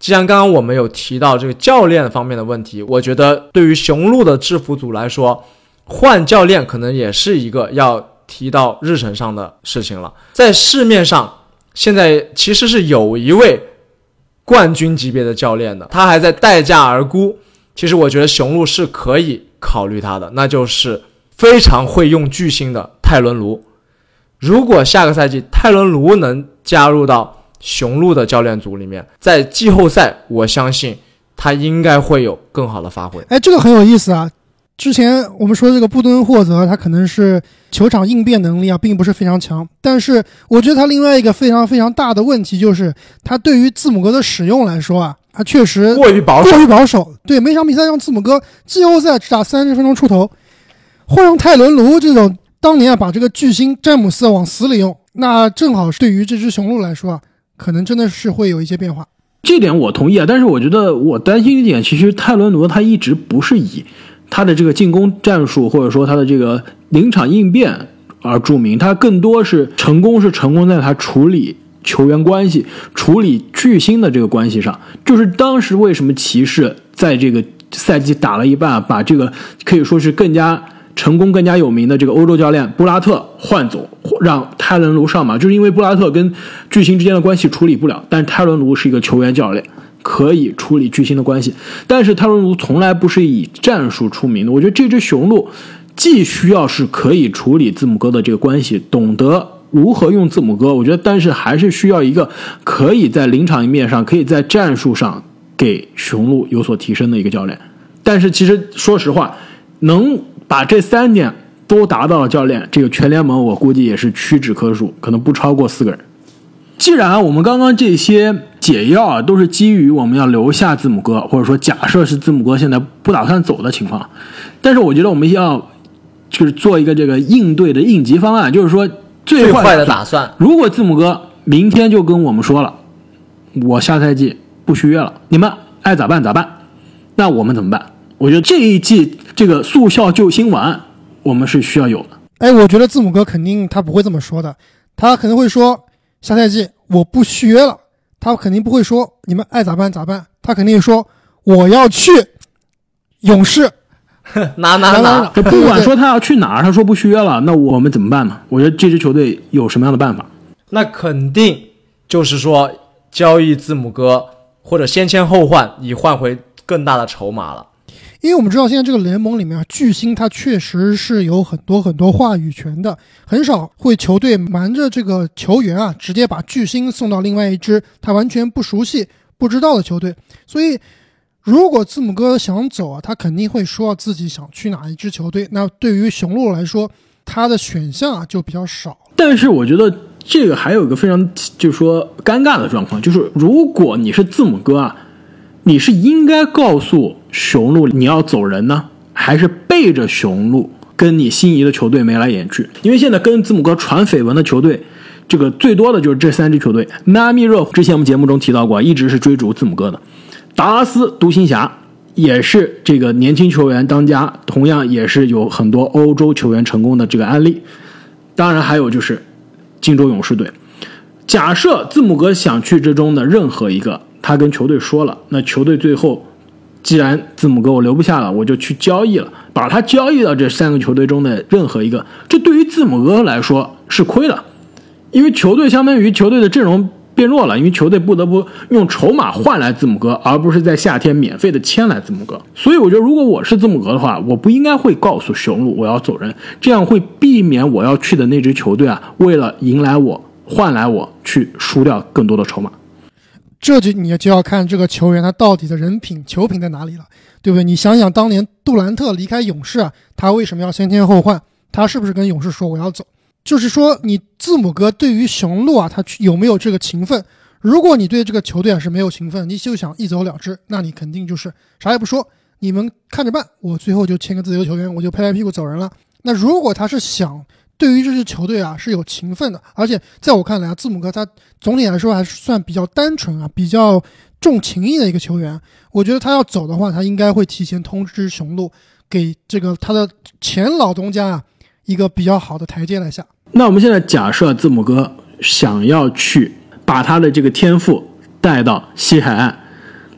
既然刚刚我们有提到这个教练方面的问题，我觉得对于雄鹿的制服组来说，换教练可能也是一个要提到日程上的事情了。在市面上现在其实是有一位冠军级别的教练的，他还在待价而沽，其实我觉得雄鹿是可以考虑他的，那就是非常会用巨星的泰伦卢。如果下个赛季泰伦卢能加入到雄鹿的教练组里面，在季后赛我相信他应该会有更好的发挥。 哎，这个很有意思啊。之前我们说这个布敦霍泽他可能是球场应变能力啊并不是非常强，但是我觉得他另外一个非常非常大的问题就是他对于字母哥的使用来说啊，他确实过于保守过于保守。对，每场比赛让字母哥季后赛只打三十分钟出头，换上泰伦卢这种当年啊把这个巨星詹姆斯往死里用，那正好对于这支雄鹿来说啊，可能真的是会有一些变化。 这点我同意啊，但是我觉得我担心一点，其实泰伦卢他一直不是以他的这个进攻战术或者说他的这个临场应变而著名，他更多是成功是成功在他处理球员关系、处理巨星的这个关系上。就是当时为什么骑士在这个赛季打了一半，把这个可以说是更加成功、更加有名的这个欧洲教练布拉特换走，让泰伦卢上马，就是因为布拉特跟巨星之间的关系处理不了，但是泰伦卢是一个球员教练，可以处理巨星的关系。但是泰伦卢从来不是以战术出名的，我觉得这支雄鹿既需要是可以处理字母哥的这个关系，懂得如何用字母哥，我觉得但是还是需要一个可以在临场一面上，可以在战术上给雄鹿有所提升的一个教练。但是其实说实话，能把这三点都达到了教练，这个全联盟我估计也是屈指可数，可能不超过四个人。既然我们刚刚这些解药啊，都是基于我们要留下字母哥，或者说假设是字母哥现在不打算走的情况，但是我觉得我们要就是做一个这个应对的应急方案，就是说最坏的打算。如果字母哥明天就跟我们说了，我下赛季不续约了，你们爱咋办咋办，那我们怎么办？我觉得这一季这个速效救心丸我们是需要有的。 哎，我觉得字母哥肯定他不会这么说的，他可能会说下赛季我不续约了，他肯定不会说你们爱咋办咋办，他肯定说我要去勇士哪哪哪， 不管说他要去哪儿，他说不续约了，那我们怎么办呢？我觉得这支球队有什么样的办法？ 那肯定就是说交易字母哥，或者先签后换，以换回更大的筹码了。 因为我们知道现在这个联盟里面啊，巨星他确实是有很多很多话语权的，很少会球队瞒着这个球员啊，直接把巨星送到另外一支他完全不熟悉、不知道的球队。所以，如果字母哥想走啊，他肯定会说自己想去哪一支球队。那对于雄鹿来说，他的选项啊就比较少。 但是我觉得这个还有一个非常就是说尴尬的状况，就是如果你是字母哥啊，你是应该告诉雄鹿你要走人呢，还是背着雄鹿跟你心仪的球队眉来眼去？因为现在跟字母哥传绯闻的球队，这个最多的就是这三支球队。迈阿密热火之前我们节目中提到过，一直是追逐字母哥的。达拉斯独行侠也是这个年轻球员当家，同样也是有很多欧洲球员成功的这个案例。当然还有就是金州勇士队。假设字母哥想去之中的任何一个，他跟球队说了，那球队最后既然字母哥我留不下了，我就去交易了，把他交易到这三个球队中的任何一个，这对于字母哥来说是亏的，因为球队相当于球队的阵容变弱了，因为球队不得不用筹码换来字母哥，而不是在夏天免费的签来字母哥。所以我觉得如果我是字母哥的话，我不应该会告诉雄鹿我要走人，这样会避免我要去的那支球队啊，为了迎来我换来我去输掉更多的筹码。 这就你就要看这个球员他到底的人品球品在哪里了，对不对？你想想当年杜兰特离开勇士啊，他为什么要先签后换？他是不是跟勇士说我要走？就是说你字母哥对于雄鹿啊，他有没有这个情分？如果你对这个球队啊是没有情分，你就想一走了之，那你肯定就是啥也不说，你们看着办，我最后就签个自由球员，我就拍拍屁股走人了。那如果他是想对于这支球队啊是有情分的，而且在我看来啊，字母哥他总体来说还是算比较单纯啊，比较重情义的一个球员。我觉得他要走的话，他应该会提前通知雄鹿，给这个他的前老东家啊一个比较好的台阶来下。 那我们现在假设字母哥想要去把他的这个天赋带到西海岸，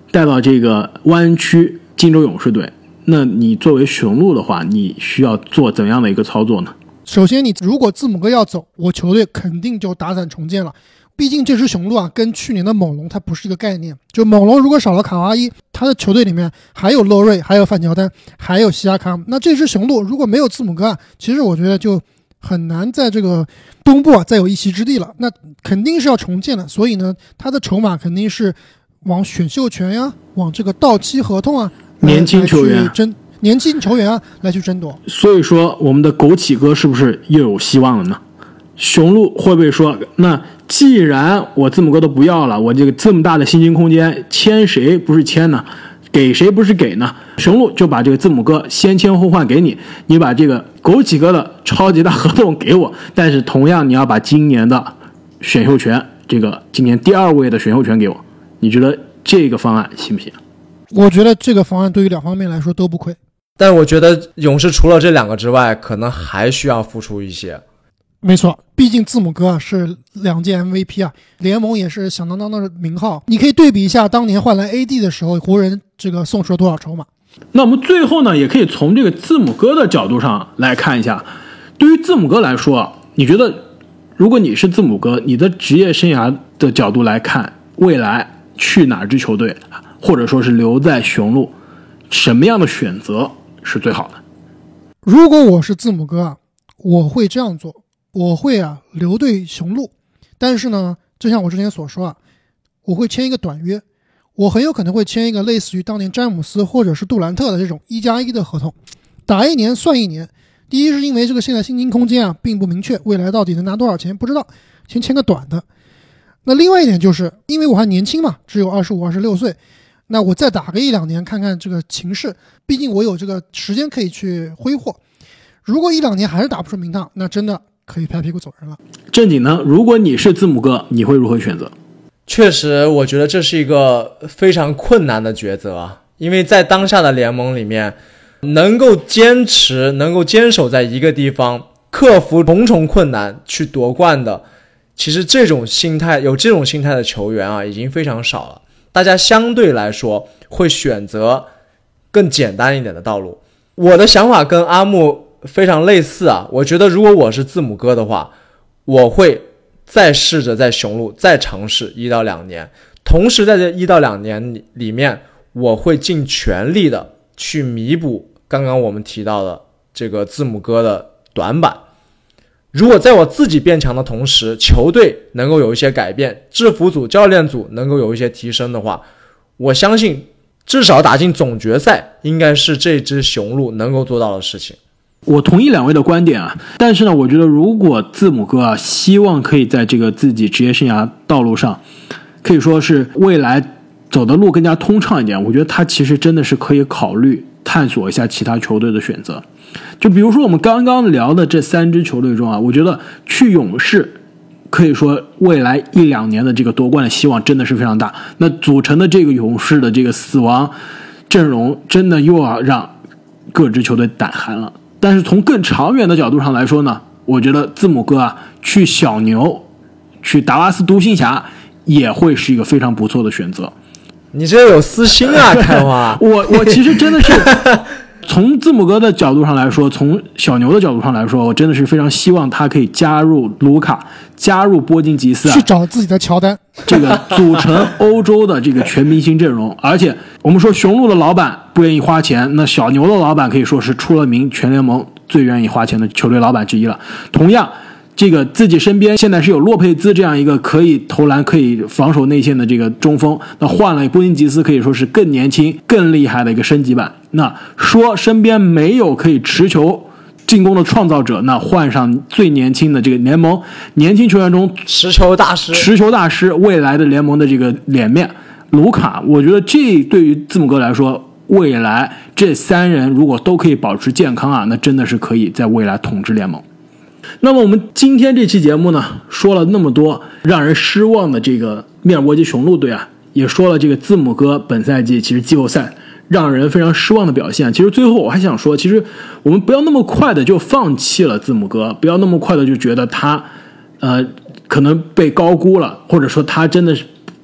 带到这个湾区金州勇士队，那你作为雄鹿的话，你需要做怎样的一个操作呢？ 首先，你如果字母哥要走，我球队肯定就打散重建了。毕竟这支雄鹿啊，跟去年的猛龙它不是一个概念。就猛龙如果少了卡哇伊，他的球队里面还有洛瑞，还有范乔丹，还有西亚康。那这支雄鹿如果没有字母哥啊，其实我觉得就很难在这个东部啊再有一席之地了。那肯定是要重建的，所以呢，他的筹码肯定是往选秀权呀，往这个到期合同啊， 年轻球员争。年轻球员啊，来去争夺。 所以说，我们的枸杞哥是不是又有希望了呢？雄鹿会不会说，那既然我字母哥都不要了，我这个这么大的薪金空间，签谁不是签呢？给谁不是给呢？雄鹿就把这个字母哥先签后换给你，你把这个枸杞哥的超级大合同给我，但是同样你要把今年的选秀权，这个今年第二位的选秀权给我。你觉得这个方案行不行？ 我觉得这个方案对于两方面来说都不亏。 但我觉得勇士除了这两个之外，可能还需要付出一些。 没错，毕竟字母哥啊是两届 M V P 啊，联盟也是响当当的名号。你可以对比一下当年换来 A D 的时候，湖人这个送出了多少筹码。 那我们最后呢，也可以从这个字母哥的角度上来看一下。对于字母哥来说，你觉得如果你是字母哥，你的职业生涯的角度来看，未来去哪支球队，或者说是留在雄鹿，什么样的选择是最好的？ 如果我是字母哥啊，我会这样做，我会啊留队雄鹿，但是呢，就像我之前所说啊，我会签一个短约，我很有可能会签一个类似于当年詹姆斯或者是杜兰特的这种一加一的合同，打一年算一年。第一是因为这个现在薪金空间啊并不明确，未来到底能拿多少钱不知道，先签个短的。那另外一点就是因为我还年轻嘛，只有二十五、二十六岁。那我再打个一两年看看这个情势，毕竟我有这个时间可以去挥霍。如果一两年还是打不出名堂，那真的可以拍屁股走人了。 正经呢，如果你是字母哥，你会如何选择？ 确实，我觉得这是一个非常困难的抉择啊，因为在当下的联盟里面，能够坚持、能够坚守在一个地方，克服重重困难去夺冠的，其实这种心态有这种心态的球员啊，已经非常少了。大家相对来说会选择更简单一点的道路。我的想法跟阿木非常类似啊，我觉得如果我是字母哥的话，我会再试着在雄鹿再尝试一到两年，同时在这一到两年里面，我会尽全力的去弥补刚刚我们提到的这个字母哥的短板。如果在我自己变强的同时，球队能够有一些改变，制服组、教练组能够有一些提升的话，我相信至少打进总决赛应该是这支雄鹿能够做到的事情。 我同意两位的观点啊，但是呢，我觉得如果字母哥啊希望可以在这个自己职业生涯道路上，可以说是未来走的路更加通畅一点，我觉得他其实真的是可以考虑探索一下其他球队的选择。就比如说我们刚刚聊的这三支球队中啊，我觉得去勇士可以说未来一两年的这个夺冠的希望真的是非常大。那组成的这个勇士的这个死亡阵容真的又要让各支球队胆寒了。但是从更长远的角度上来说呢，我觉得字母哥啊去小牛、去达拉斯独行侠也会是一个非常不错的选择。 你这有私心啊，开花！ 我我其实真的是从字母哥的角度上来说，从小牛的角度上来说，我真的是非常希望他可以加入卢卡，加入波金吉斯、啊， 去找自己的乔丹， 这个组成欧洲的这个全明星阵容。而且我们说雄鹿的老板不愿意花钱，那小牛的老板可以说是出了名全联盟最愿意花钱的球队老板之一了。同样，这个自己身边现在是有洛佩兹这样一个可以投篮、可以防守内线的这个中锋，那换了波金吉斯可以说是更年轻、更厉害的一个升级版。那说身边没有可以持球进攻的创造者，那换上最年轻的这个联盟年轻球员中持球大师、 持球大师，未来的联盟的这个脸面卢卡，我觉得这对于字母哥来说，未来这三人如果都可以保持健康啊，那真的是可以在未来统治联盟。那么我们今天这期节目呢，说了那么多让人失望的这个密尔沃基雄鹿队啊，也说了这个字母哥本赛季其实季后赛让人非常失望的表现。其实最后我还想说，其实我们不要那么快的就放弃了字母哥，不要那么快的就觉得他呃可能被高估了，或者说他真的是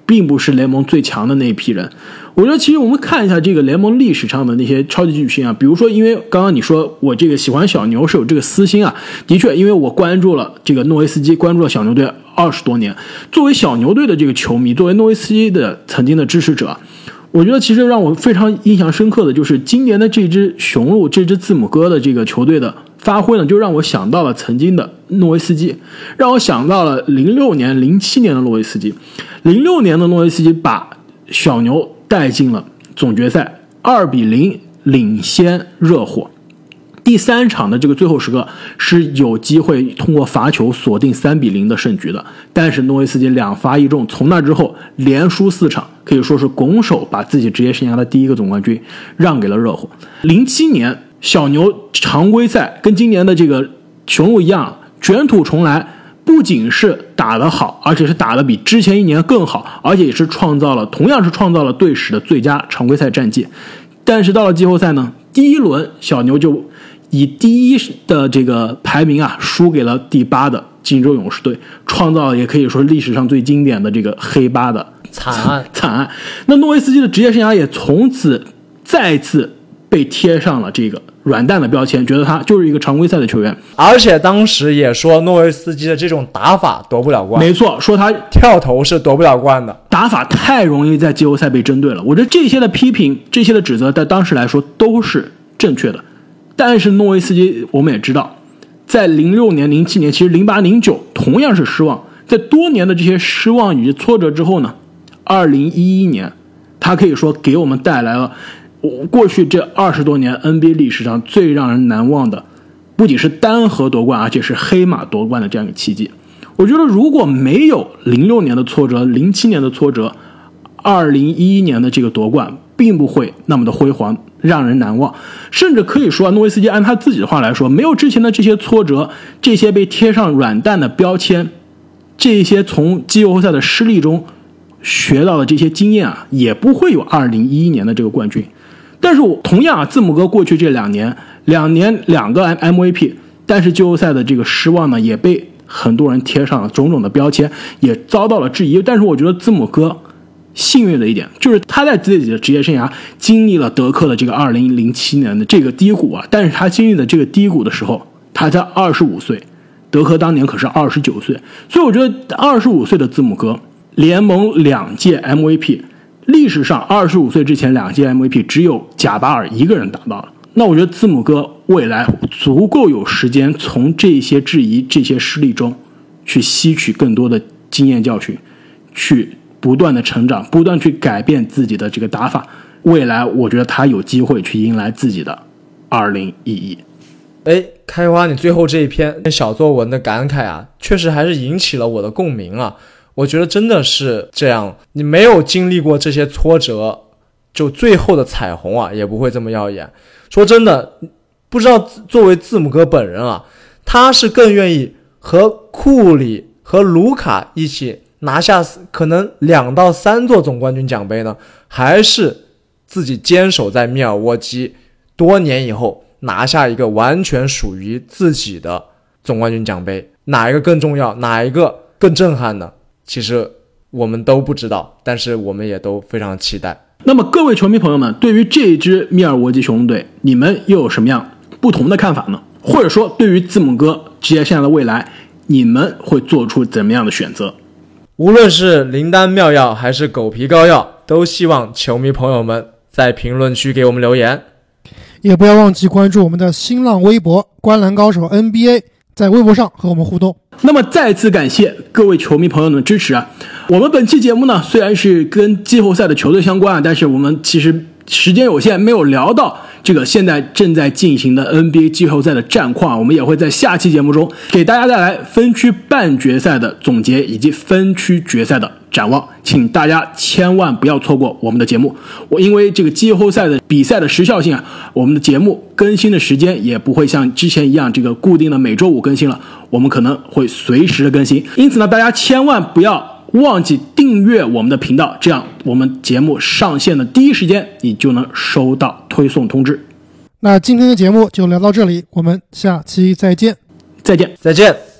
并不是联盟最强的那一批人。我觉得其实我们看一下这个联盟历史上的那些超级巨星啊，比如说因为刚刚你说我这个喜欢小牛是有这个私心啊，的确因为我关注了这个诺维斯基，关注了小牛队二十多年，作为小牛队的这个球迷，作为诺维斯基的曾经的支持者，我觉得其实让我非常印象深刻的就是今年的这支雄鹿，这支字母哥的这个球队的发挥呢，就让我想到了曾经的诺维斯基，让我想到了零六年、零七年的诺维斯基。零六年的诺维斯基把小牛带进了总决赛，二比零领先热火。第三场的这个最后时刻是有机会通过罚球锁定三比零的胜局的，但是诺维斯基两罚一中，从那之后连输四场，可以说是拱手把自己职业生涯的第一个总冠军让给了热火。零七年小牛常规赛跟今年的这个雄鹿一样，卷土重来，不仅是打得好，而且是打得比之前一年更好，而且也是创造了同样是创造了队史的最佳常规赛战绩。但是到了季后赛呢，第一轮小牛就以第一的这个排名啊，输给了第八的金州勇士队，创造了也可以说历史上最经典的这个黑八的惨案惨案。那诺维斯基的职业生涯也从此再次被贴上了这个软蛋的标签，觉得他就是一个常规赛的球员。 而且当时也说诺维斯基的这种打法夺不了冠， 没错，说他跳投是夺不了冠的， 打法太容易在季后赛被针对了。我觉得这些的批评，这些的指责在当时来说都是正确的。但是诺维斯基我们也知道，在零六年、零七年，其实零八、零九同样是失望。在多年的这些失望与挫折之后呢，二零一一年他可以说给我们带来了过去这二十多年 N B A 历史上最让人难忘的，不仅是单核夺冠，而且是黑马夺冠的这样一个奇迹。我觉得如果没有零六年的挫折、零七年的挫折，二零一一年的这个夺冠并不会那么的辉煌，让人难忘。甚至可以说，诺维斯基按他自己的话来说，没有之前的这些挫折，这些被贴上软蛋的标签，这些从季后赛的失利中学到的这些经验啊，也不会有二零一一年的这个冠军。但是我同样啊，字母哥过去这两年，两年两个 M V P， 但是季后赛的这个失望呢，也被很多人贴上了种种的标签，也遭到了质疑。但是我觉得字母哥幸运的一点，就是他在自己的职业生涯经历了德克的这个二零零七年的这个低谷啊，但是他经历的这个低谷的时候，他才二十五岁，德克当年可是二十九岁，所以我觉得二十五岁的字母哥，联盟两届 M V P， 历史上二十五岁之前两届 M V P 只有贾巴尔一个人达到了。那我觉得字母哥未来足够有时间从这些质疑、这些失利中去吸取更多的经验教训，去不断的成长，不断去改变自己的这个打法。未来我觉得他有机会去迎来自己的二零一一。 哎，开花，你最后这一篇小作文的感慨啊，确实还是引起了我的共鸣啊。我觉得真的是这样，你没有经历过这些挫折，就最后的彩虹啊，也不会这么耀眼。说真的，不知道作为字母哥本人啊，他是更愿意和库里和卢卡一起拿下可能两到三座总冠军奖杯呢，还是自己坚守在密尔沃基，多年以后拿下一个完全属于自己的总冠军奖杯？哪一个更重要？哪一个更震撼呢？其实我们都不知道，但是我们也都非常期待。 那么各位球迷朋友们，对于这支密尔沃基雄鹿队，你们又有什么样不同的看法呢？或者说对于字母哥职业生涯的未来，你们会做出怎么样的选择？ 无论是灵丹妙药还是狗皮膏药，都希望球迷朋友们在评论区给我们留言， 也不要忘记关注我们的新浪微博观篮高手 N B A， 在微博上和我们互动。 那么再次感谢各位球迷朋友们的支持啊！我们本期节目呢，虽然是跟季后赛的球队相关啊，但是我们其实时间有限，没有聊到这个现在正在进行的 N B A 季后赛的战况。我们也会在下期节目中给大家带来分区半决赛的总结以及分区决赛的展望，请大家千万不要错过我们的节目。我因为这个季后赛的比赛的时效性啊，我们的节目更新的时间也不会像之前一样这个固定的每周五更新了，我们可能会随时的更新。因此呢，大家千万不要忘记订阅我们的频道，这样我们节目上线的第一时间你就能收到推送通知。 那今天的节目就聊到这里，我们下期再见。 再见， 再见。